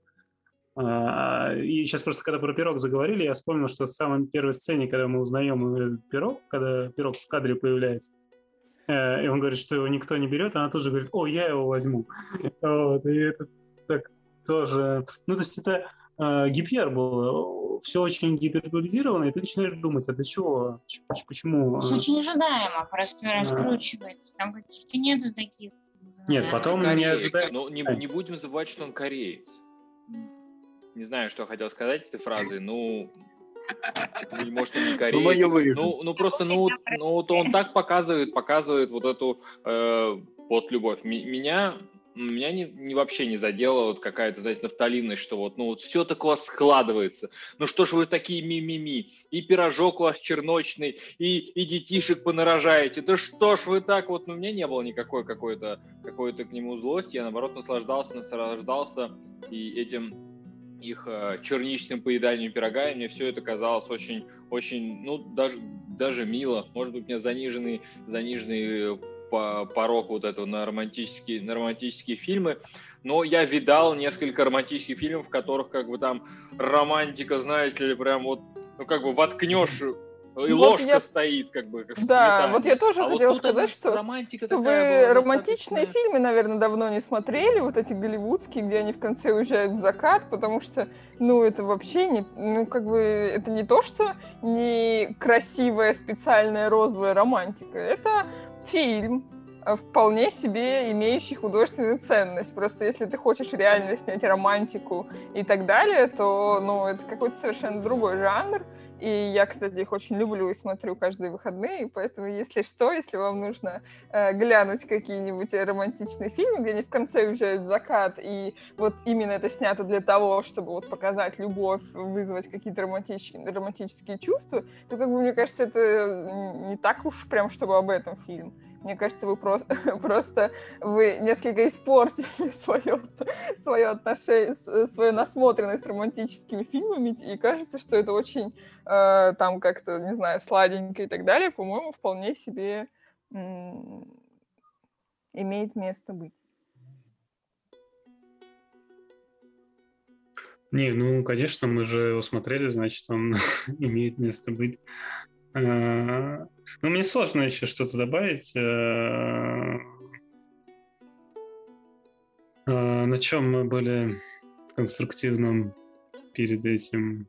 И сейчас просто, когда про пирог заговорили, я вспомнил, что в самой первой сцене, когда мы узнаем пирог, когда пирог в кадре появляется, и он говорит, что его никто не берет, она тоже говорит: я его возьму. Вот, и это так тоже... то есть это гипербола, все очень гиперболизировано, и ты начинаешь думать, а для чего? Почему? Это очень ожидаемо, просто раскручивается. Там каких-то нету таких... Нет, потом... Не будем забывать, что он кореец. Не знаю, что хотел сказать этой фразой, может, он не кореец. Просто, он так показывает вот эту вот любовь. Меня вообще не задела вот какая-то, знаете, нафталинность, что вот все так у вас складывается. Что ж вы такие мимими? И пирожок у вас черночный, и детишек понарожаете. Да что ж вы так вот? У меня не было никакой какой-то к нему злости. Я, наоборот, наслаждался и этим их черничным поеданием пирога, и мне все это казалось очень, даже мило. Может быть, у меня заниженный порог вот этого на романтические фильмы, но я видал несколько романтических фильмов, в которых как бы там романтика, знаете ли, прям вот, воткнешь, и ложка стоит, как да, вот я тоже хотела сказать, что вы романтичные фильмы, наверное, давно не смотрели, вот эти голливудские, где они в конце уезжают в закат, потому что, это вообще не, это не то, что не красивая специальная розовая романтика, это фильм, вполне себе имеющий художественную ценность. Просто если ты хочешь реально снять романтику и так далее, то, это какой-то совершенно другой жанр. И я, кстати, их очень люблю и смотрю каждые выходные, поэтому, если вам нужно глянуть какие-нибудь романтичные фильмы, где они в конце уезжают в закат, и вот именно это снято для того, чтобы вот показать любовь, вызвать какие-то романтические чувства, то, мне кажется, это не так уж прям, чтобы об этом фильм. Мне кажется, вы просто несколько испортили свое отношение, свою насмотренность романтическими фильмами, и кажется, что это очень там как-то, не знаю, сладенько и так далее, по-моему, вполне себе имеет место быть. Не, конечно, мы же его смотрели, значит, он имеет место быть. Мне сложно еще что-то добавить. На чем мы были конструктивным перед этим?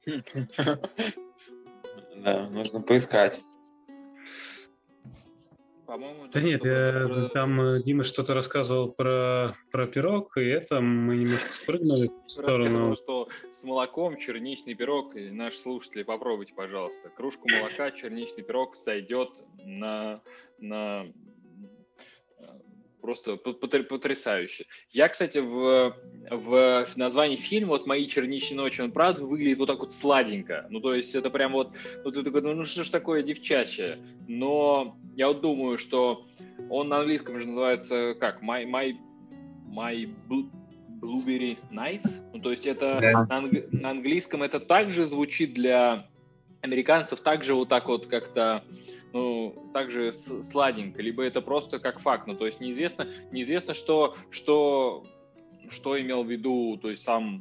Да, нужно поискать. По-моему, Да нет, там Дима что-то рассказывал про пирог, и это мы немножко спрыгнули в сторону. Рассказывал, что с молоком черничный пирог, и наши слушатели, попробуйте, пожалуйста. Кружку молока, черничный пирог сойдет на просто потрясающе. Я, кстати, в названии фильма, вот «Мои черничные ночи», он, правда, выглядит вот так вот сладенько. Ну, то есть это прям вот ты такой, ну что ж такое девчачье? Но я вот думаю, что он на английском же называется как? My Blueberry Nights? Ну, то есть это на английском это также звучит для американцев, также вот так вот как-то, ну, также сладенько, либо это просто как факт, ну, то есть неизвестно, что имел в виду, то есть сам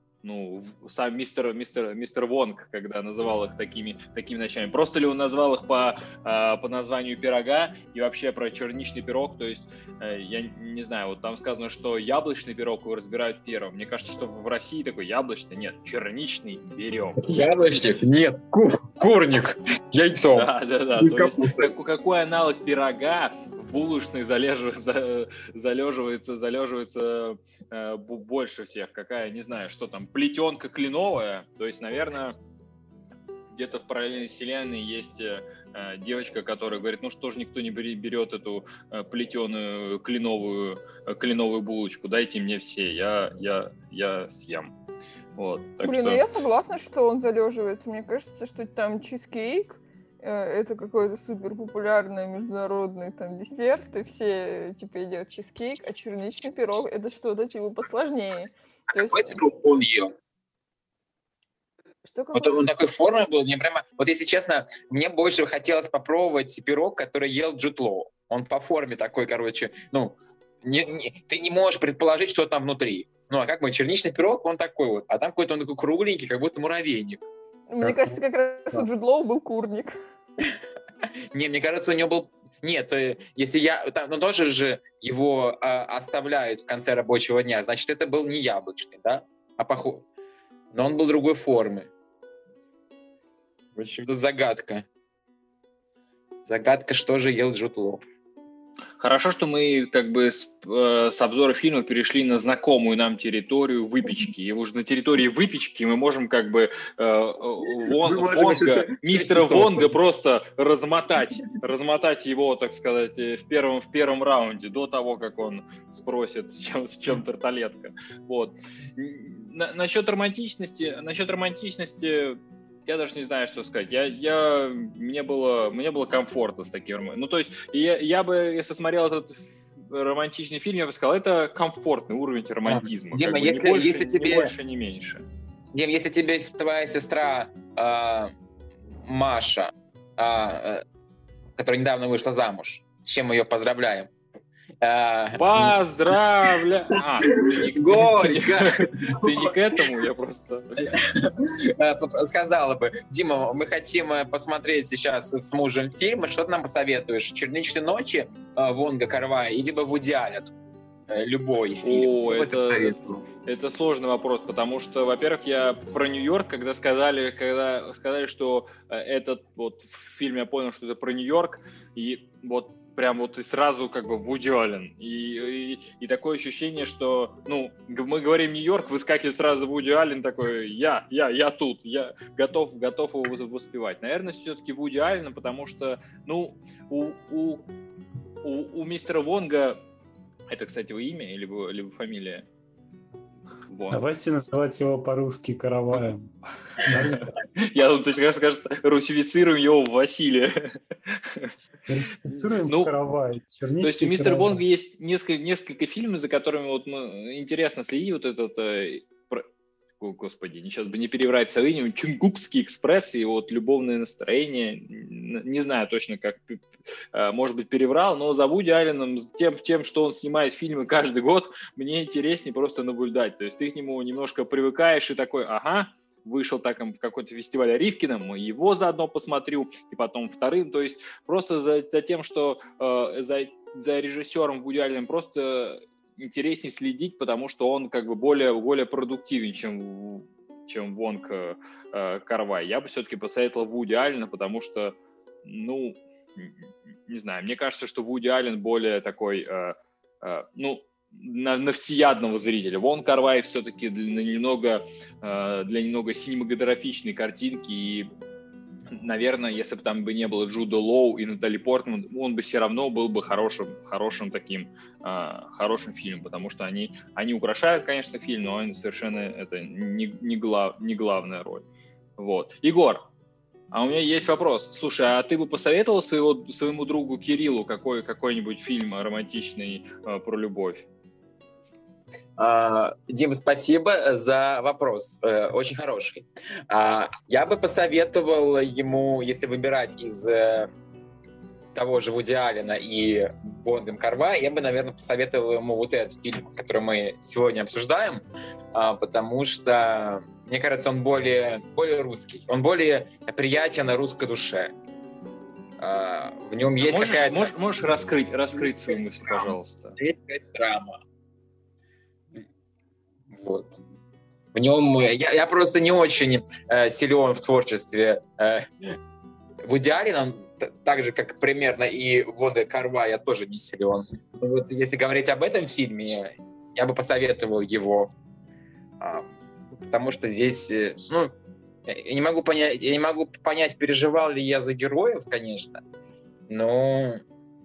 мистер Вонг, когда называл их такими ночами. Просто ли он назвал их по названию пирога и вообще про черничный пирог, то есть я не знаю, вот там сказано, что яблочный пирог его разбирают первым. Мне кажется, что в России такой яблочный, нет, черничный берем. Яблочник? Нет, курник, яйцо. Да. Из капусты. Какой аналог пирога в булочной залеживается больше всех? Какая, не знаю, что там, плетенка кленовая? То есть, наверное, где-то в параллельной вселенной есть девочка, которая говорит, ну что ж никто не берет эту плетеную кленовую булочку, дайте мне все, я съем. Вот, Блин, я согласна, что он залеживается. Мне кажется, что там чизкейк это какой-то супер популярный международный там десерт, и все типа едят чизкейк, а черничный пирог это что-то типа посложнее. То есть... Какой пирог он ел? Что, вот он такой формы был, мне прямо... Вот если честно, мне больше хотелось попробовать пирог, который ел Джуд Лоу. Он по форме такой, короче, ну, ты не можешь предположить, что там внутри. Ну, а как бы черничный пирог, он такой вот, а там какой-то он такой кругленький, как будто муравейник. Мне кажется, как раз у Джуд Лоу был курник. Не, мне кажется, у него был... Нет, если ну, тоже же его оставляют в конце рабочего дня, значит, это был не яблочный, да? Но он был другой формы. В общем, это загадка. Загадка, что же ел Джуд Лоу. Хорошо, что мы как бы с обзора фильма перешли на знакомую нам территорию выпечки. И уже на территории выпечки мы можем как бы мистера Вонга просто размотать его, так сказать, в первом раунде, до того, как он спросит, с чем тарталетка. Вот. Насчет романтичности я даже не знаю, что сказать. Мне было комфортно с таким. Ну, то есть, я бы, если смотрел этот романтичный фильм, я бы сказал, это комфортный уровень романтизма. Дима, если тебе... Не больше, не меньше. Дим, если тебе твоя сестра Маша, которая недавно вышла замуж, с чем мы ее поздравляем, Поздравляю! Ты не к этому, я просто... Сказала бы, Дима, мы хотим посмотреть сейчас с мужем фильм, что ты нам посоветуешь? «Черничные ночи» Вонга Кар-вая или Вуди Аллен? Любой фильм. Это сложный вопрос, потому что, во-первых, я про Нью-Йорк, когда сказали, что этот вот фильм, я понял, что это про Нью-Йорк, и вот прям вот и сразу как бы Вуди Аллен. И такое ощущение, что, ну, мы говорим Нью-Йорк, выскакивает сразу Вуди Аллен такой, я тут, я готов его воспевать. Наверное, все-таки Вуди Аллен, потому что, ну, у мистера Вонга, это, кстати, его имя или фамилия? Вонг. Давайте называть его по-русски Караваем. Я думаю, ты скажешь, русифицируем его в Василия. Русифицируем Каравай. То есть у мистера Вонга есть несколько фильмов, за которыми вот интересно следить. Вот этот, господи, сейчас бы не переврать со временем, «Чунгукский экспресс» и вот «Любовное настроение». Не знаю точно, как, может быть, переврал, но за Вуди Алленом, тем, что он снимает фильмы каждый год, мне интереснее просто наблюдать. То есть ты к нему немножко привыкаешь и такой, ага, вышел так в какой-то фестиваль Ривкина, его заодно посмотрю, и потом вторым. То есть просто за тем, что за режиссером Вуди Алленом просто интереснее следить, потому что он как бы более продуктивен, чем Вонг Кар-вай. Я бы все-таки посоветовал Вуди Аллена, потому что, ну, не знаю, мне кажется, что Вуди Аллен более такой, на всеядного зрителя. Вон Кар-вай все-таки для немного синематографичной картинки, и, наверное, если бы там бы не было Джуда Лоу и Натали Портман, он бы все равно был бы хорошим фильмом, потому что они украшают, конечно, фильм, но они совершенно это не главная роль. Вот. Егор, а у меня есть вопрос. Слушай, а ты бы посоветовал своему другу Кириллу какой-нибудь фильм романтичный про любовь? Дим, спасибо за вопрос. Очень хороший. Я бы посоветовал ему, если выбирать из того же Вуди Аллена и Бондом Кар-вай, я бы, наверное, посоветовал ему вот этот фильм, который мы сегодня обсуждаем, потому что, мне кажется, он более русский, он более приятен русской душе. В нем есть какая-то... Можешь раскрыть свою мысль, пожалуйста? Есть какая-то драма. Вот. В нем я просто не очень силен в творчестве Вуди Аллена, так же, как примерно и Бонда Кар-вай, я тоже не силен. Вот, если говорить об этом фильме, я бы посоветовал его, потому что здесь, я не могу понять, переживал ли я за героев, конечно, но,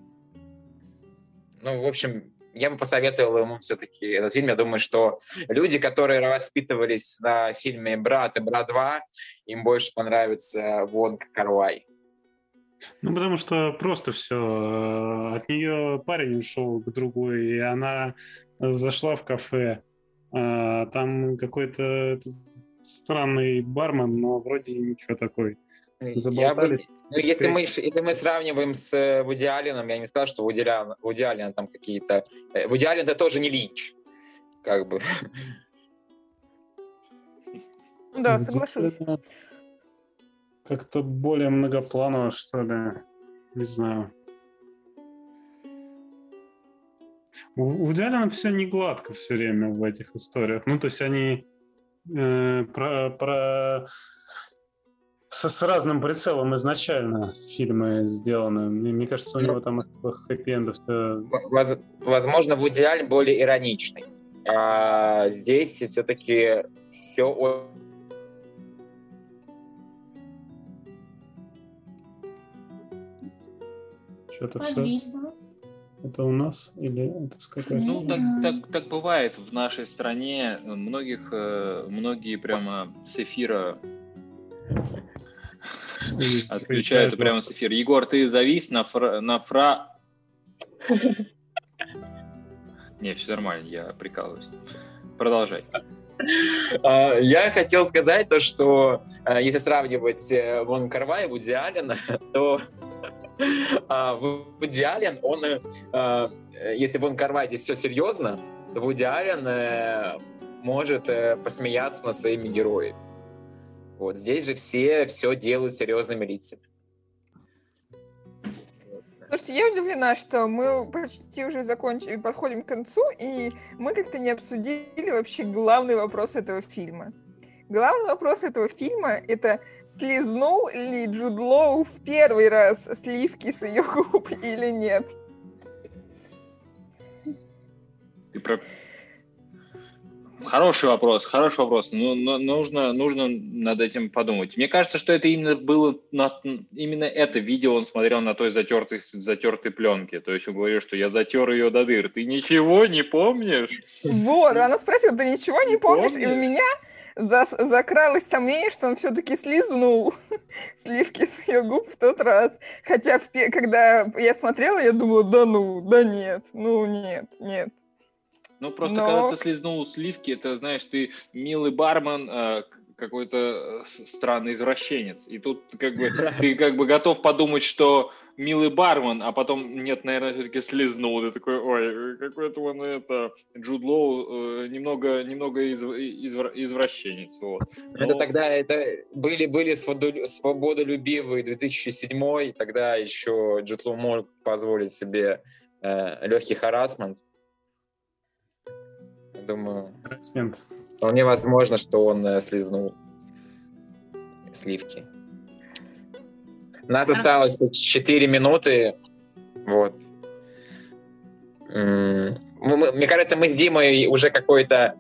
в общем, я бы посоветовал ему все-таки этот фильм. Я думаю, что люди, которые воспитывались на фильме «Брат» и «Брат 2», им больше понравится Вонг Кар-вай. Потому что просто все. От нее парень ушел к другой, и она зашла в кафе. Там какой-то странный бармен, но вроде ничего такой. Заболтали. Если мы сравниваем с Вуди Алленом, я не сказал, что Вуди Аллен там какие-то... Вуди Аллен — это тоже не Линч. Как бы. Да, соглашусь. Как-то более многопланово, что ли. Не знаю. У Вуди Аллена все не гладко все время в этих историях. То есть они с разным прицелом изначально фильмы сделаны. Мне кажется, у него там хэппи-эндов-то... Возможно, Вуди Аллен более ироничный. А здесь все-таки все... Что-то все... Это у нас или это с какой-то... Так бывает в нашей стране. Многие прямо с эфира отключают прямо с эфира. Егор, ты завис на Не, все нормально, я прикалываюсь. Продолжай. Я хотел сказать то, что если сравнивать Вонг Кар-вай и Вуди Аллена, то Вуди Аллен, если Вонг Кар-вай здесь все серьезно, то Вуди Аллен может посмеяться над своими героями. Вот здесь же все делают серьезными лицами. Слушайте, я удивлена, что мы почти уже подходим к концу, и мы как-то не обсудили вообще главный вопрос этого фильма. Главный вопрос этого фильма — это слизнул ли Джуд Лоу в первый раз сливки с ее губ или нет? Хороший вопрос. Но нужно над этим подумать. Мне кажется, что это именно это видео он смотрел на той затертой пленке. То есть он говорил, что я затер ее до дыр. Ты ничего не помнишь? Вот, она спросила, ты ничего не помнишь? И у меня закралось сомнение, что он все-таки слизнул сливки с ее губ в тот раз. Хотя, когда я смотрела, я думала, нет. Просто когда ты слизнул сливки, это, знаешь, ты милый бармен, какой-то странный извращенец. И тут ты готов подумать, что милый бармен, а потом, нет, наверное, все-таки слизнул. Ты такой, ой, какой-то он Джуд Лоу немного извращенец. Вот. Это тогда были свободолюбивые 2007, тогда еще Джуд Лоу мог позволить себе легкий харассмент. Думаю, вполне возможно, что он слизнул сливки. нас осталось 4 минуты. Вот. Мне кажется, мы с Димой уже какое-то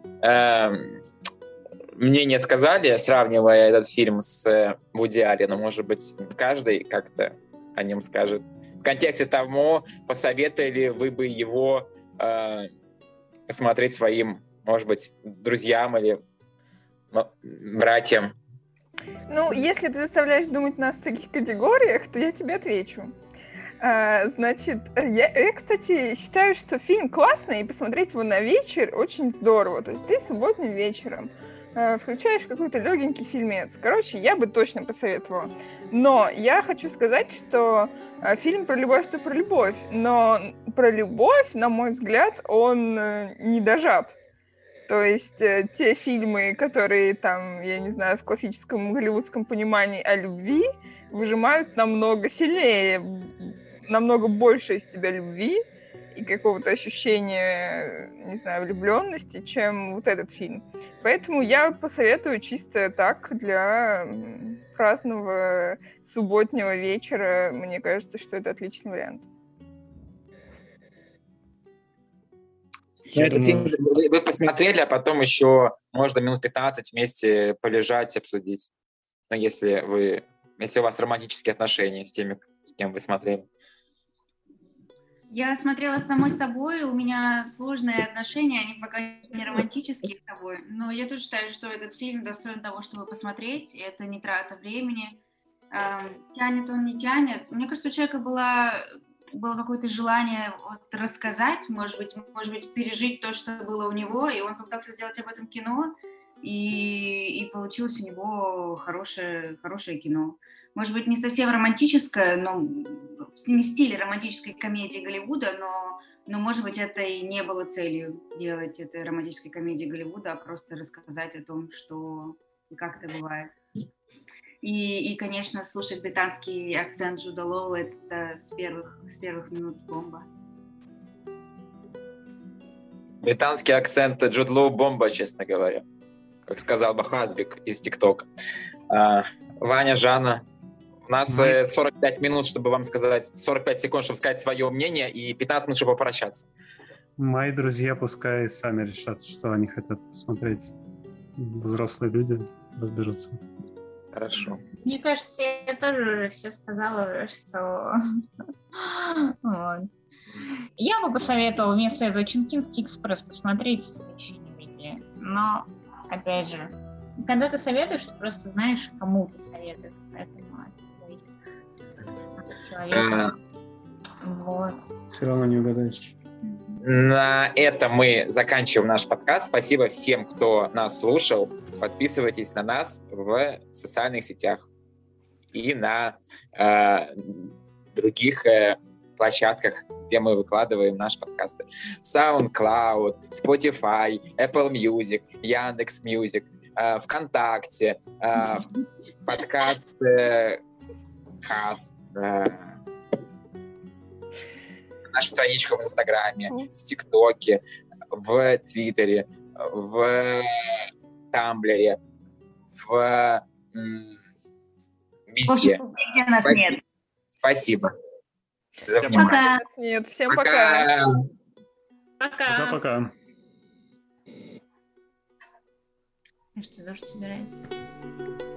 мнение сказали, сравнивая этот фильм с Вуди Алленом. Может быть, каждый как-то о нем скажет. В контексте того, посоветовали вы бы его посмотреть своим, может быть, друзьям или братьям? Ну, если ты заставляешь думать нас в таких категориях, то я тебе отвечу. Значит, я, кстати, считаю, что фильм классный, и посмотреть его на вечер очень здорово. То есть ты субботним вечером включаешь какой-то легенький фильмец. Короче, я бы точно посоветовала. Но я хочу сказать, что фильм про любовь-то про любовь. Но про любовь, на мой взгляд, он не дожат. То есть те фильмы, которые там, я не знаю, в классическом голливудском понимании о любви, выжимают намного сильнее, намного больше из тебя любви и какого-то ощущения, не знаю, влюбленности, чем вот этот фильм. Поэтому я посоветую чисто так для праздного субботнего вечера. Мне кажется, что это отличный вариант. Этот фильм вы посмотрели, а потом еще можно минут 15 вместе полежать, обсудить. Ну, если у вас романтические отношения с теми, с кем вы смотрели. Я смотрела с самой собой, у меня сложные отношения, они пока не романтические с тобой, но я тоже считаю, что этот фильм достоин того, чтобы посмотреть, и это не трата времени. Тянет он, не тянет. Мне кажется, у человека было какое-то желание рассказать, может быть, пережить то, что было у него, и он попытался сделать об этом кино, и получилось у него хорошее кино. Может быть, не совсем романтическое, но не в стиле романтической комедии Голливуда, но, может быть, это и не было целью делать этой романтической комедии Голливуда, а просто рассказать о том, что и как это бывает. И, конечно, слушать британский акцент Джуда Лоу — это с первых минут бомба. Британский акцент Джуд Лоу — бомба, честно говоря. Как сказал бы Хазбик из ТикТока. Ваня, Жанна, у нас 45 минут, чтобы вам сказать, 45 секунд, чтобы сказать свое мнение, и 15 минут, чтобы попрощаться. Мои друзья пускай сами решат, что они хотят посмотреть. Взрослые люди разберутся. Хорошо. Мне кажется, я тоже уже все сказала, что... Вот. Я бы посоветовала вместо этого Чункинский экспресс посмотреть, если еще не видели. Но, опять же, когда ты советуешь, ты просто знаешь, кому ты советуешь. Поэтому это зависит от человека. Вот. Все равно не угадаешь. На этом мы заканчиваем наш подкаст. Спасибо всем, кто нас слушал. Подписывайтесь на нас в социальных сетях и на других площадках, где мы выкладываем наши подкасты. SoundCloud, Spotify, Apple Music, Яндекс.Мьюзик, ВКонтакте, подкаст Каст, наша страничка в Инстаграме, в ТикТоке, в Твиттере, в Тамблере, везде. Где нас нет. Спасибо. Пока. Нет, всем пока. Пока-пока. Кажется, дождь собирается.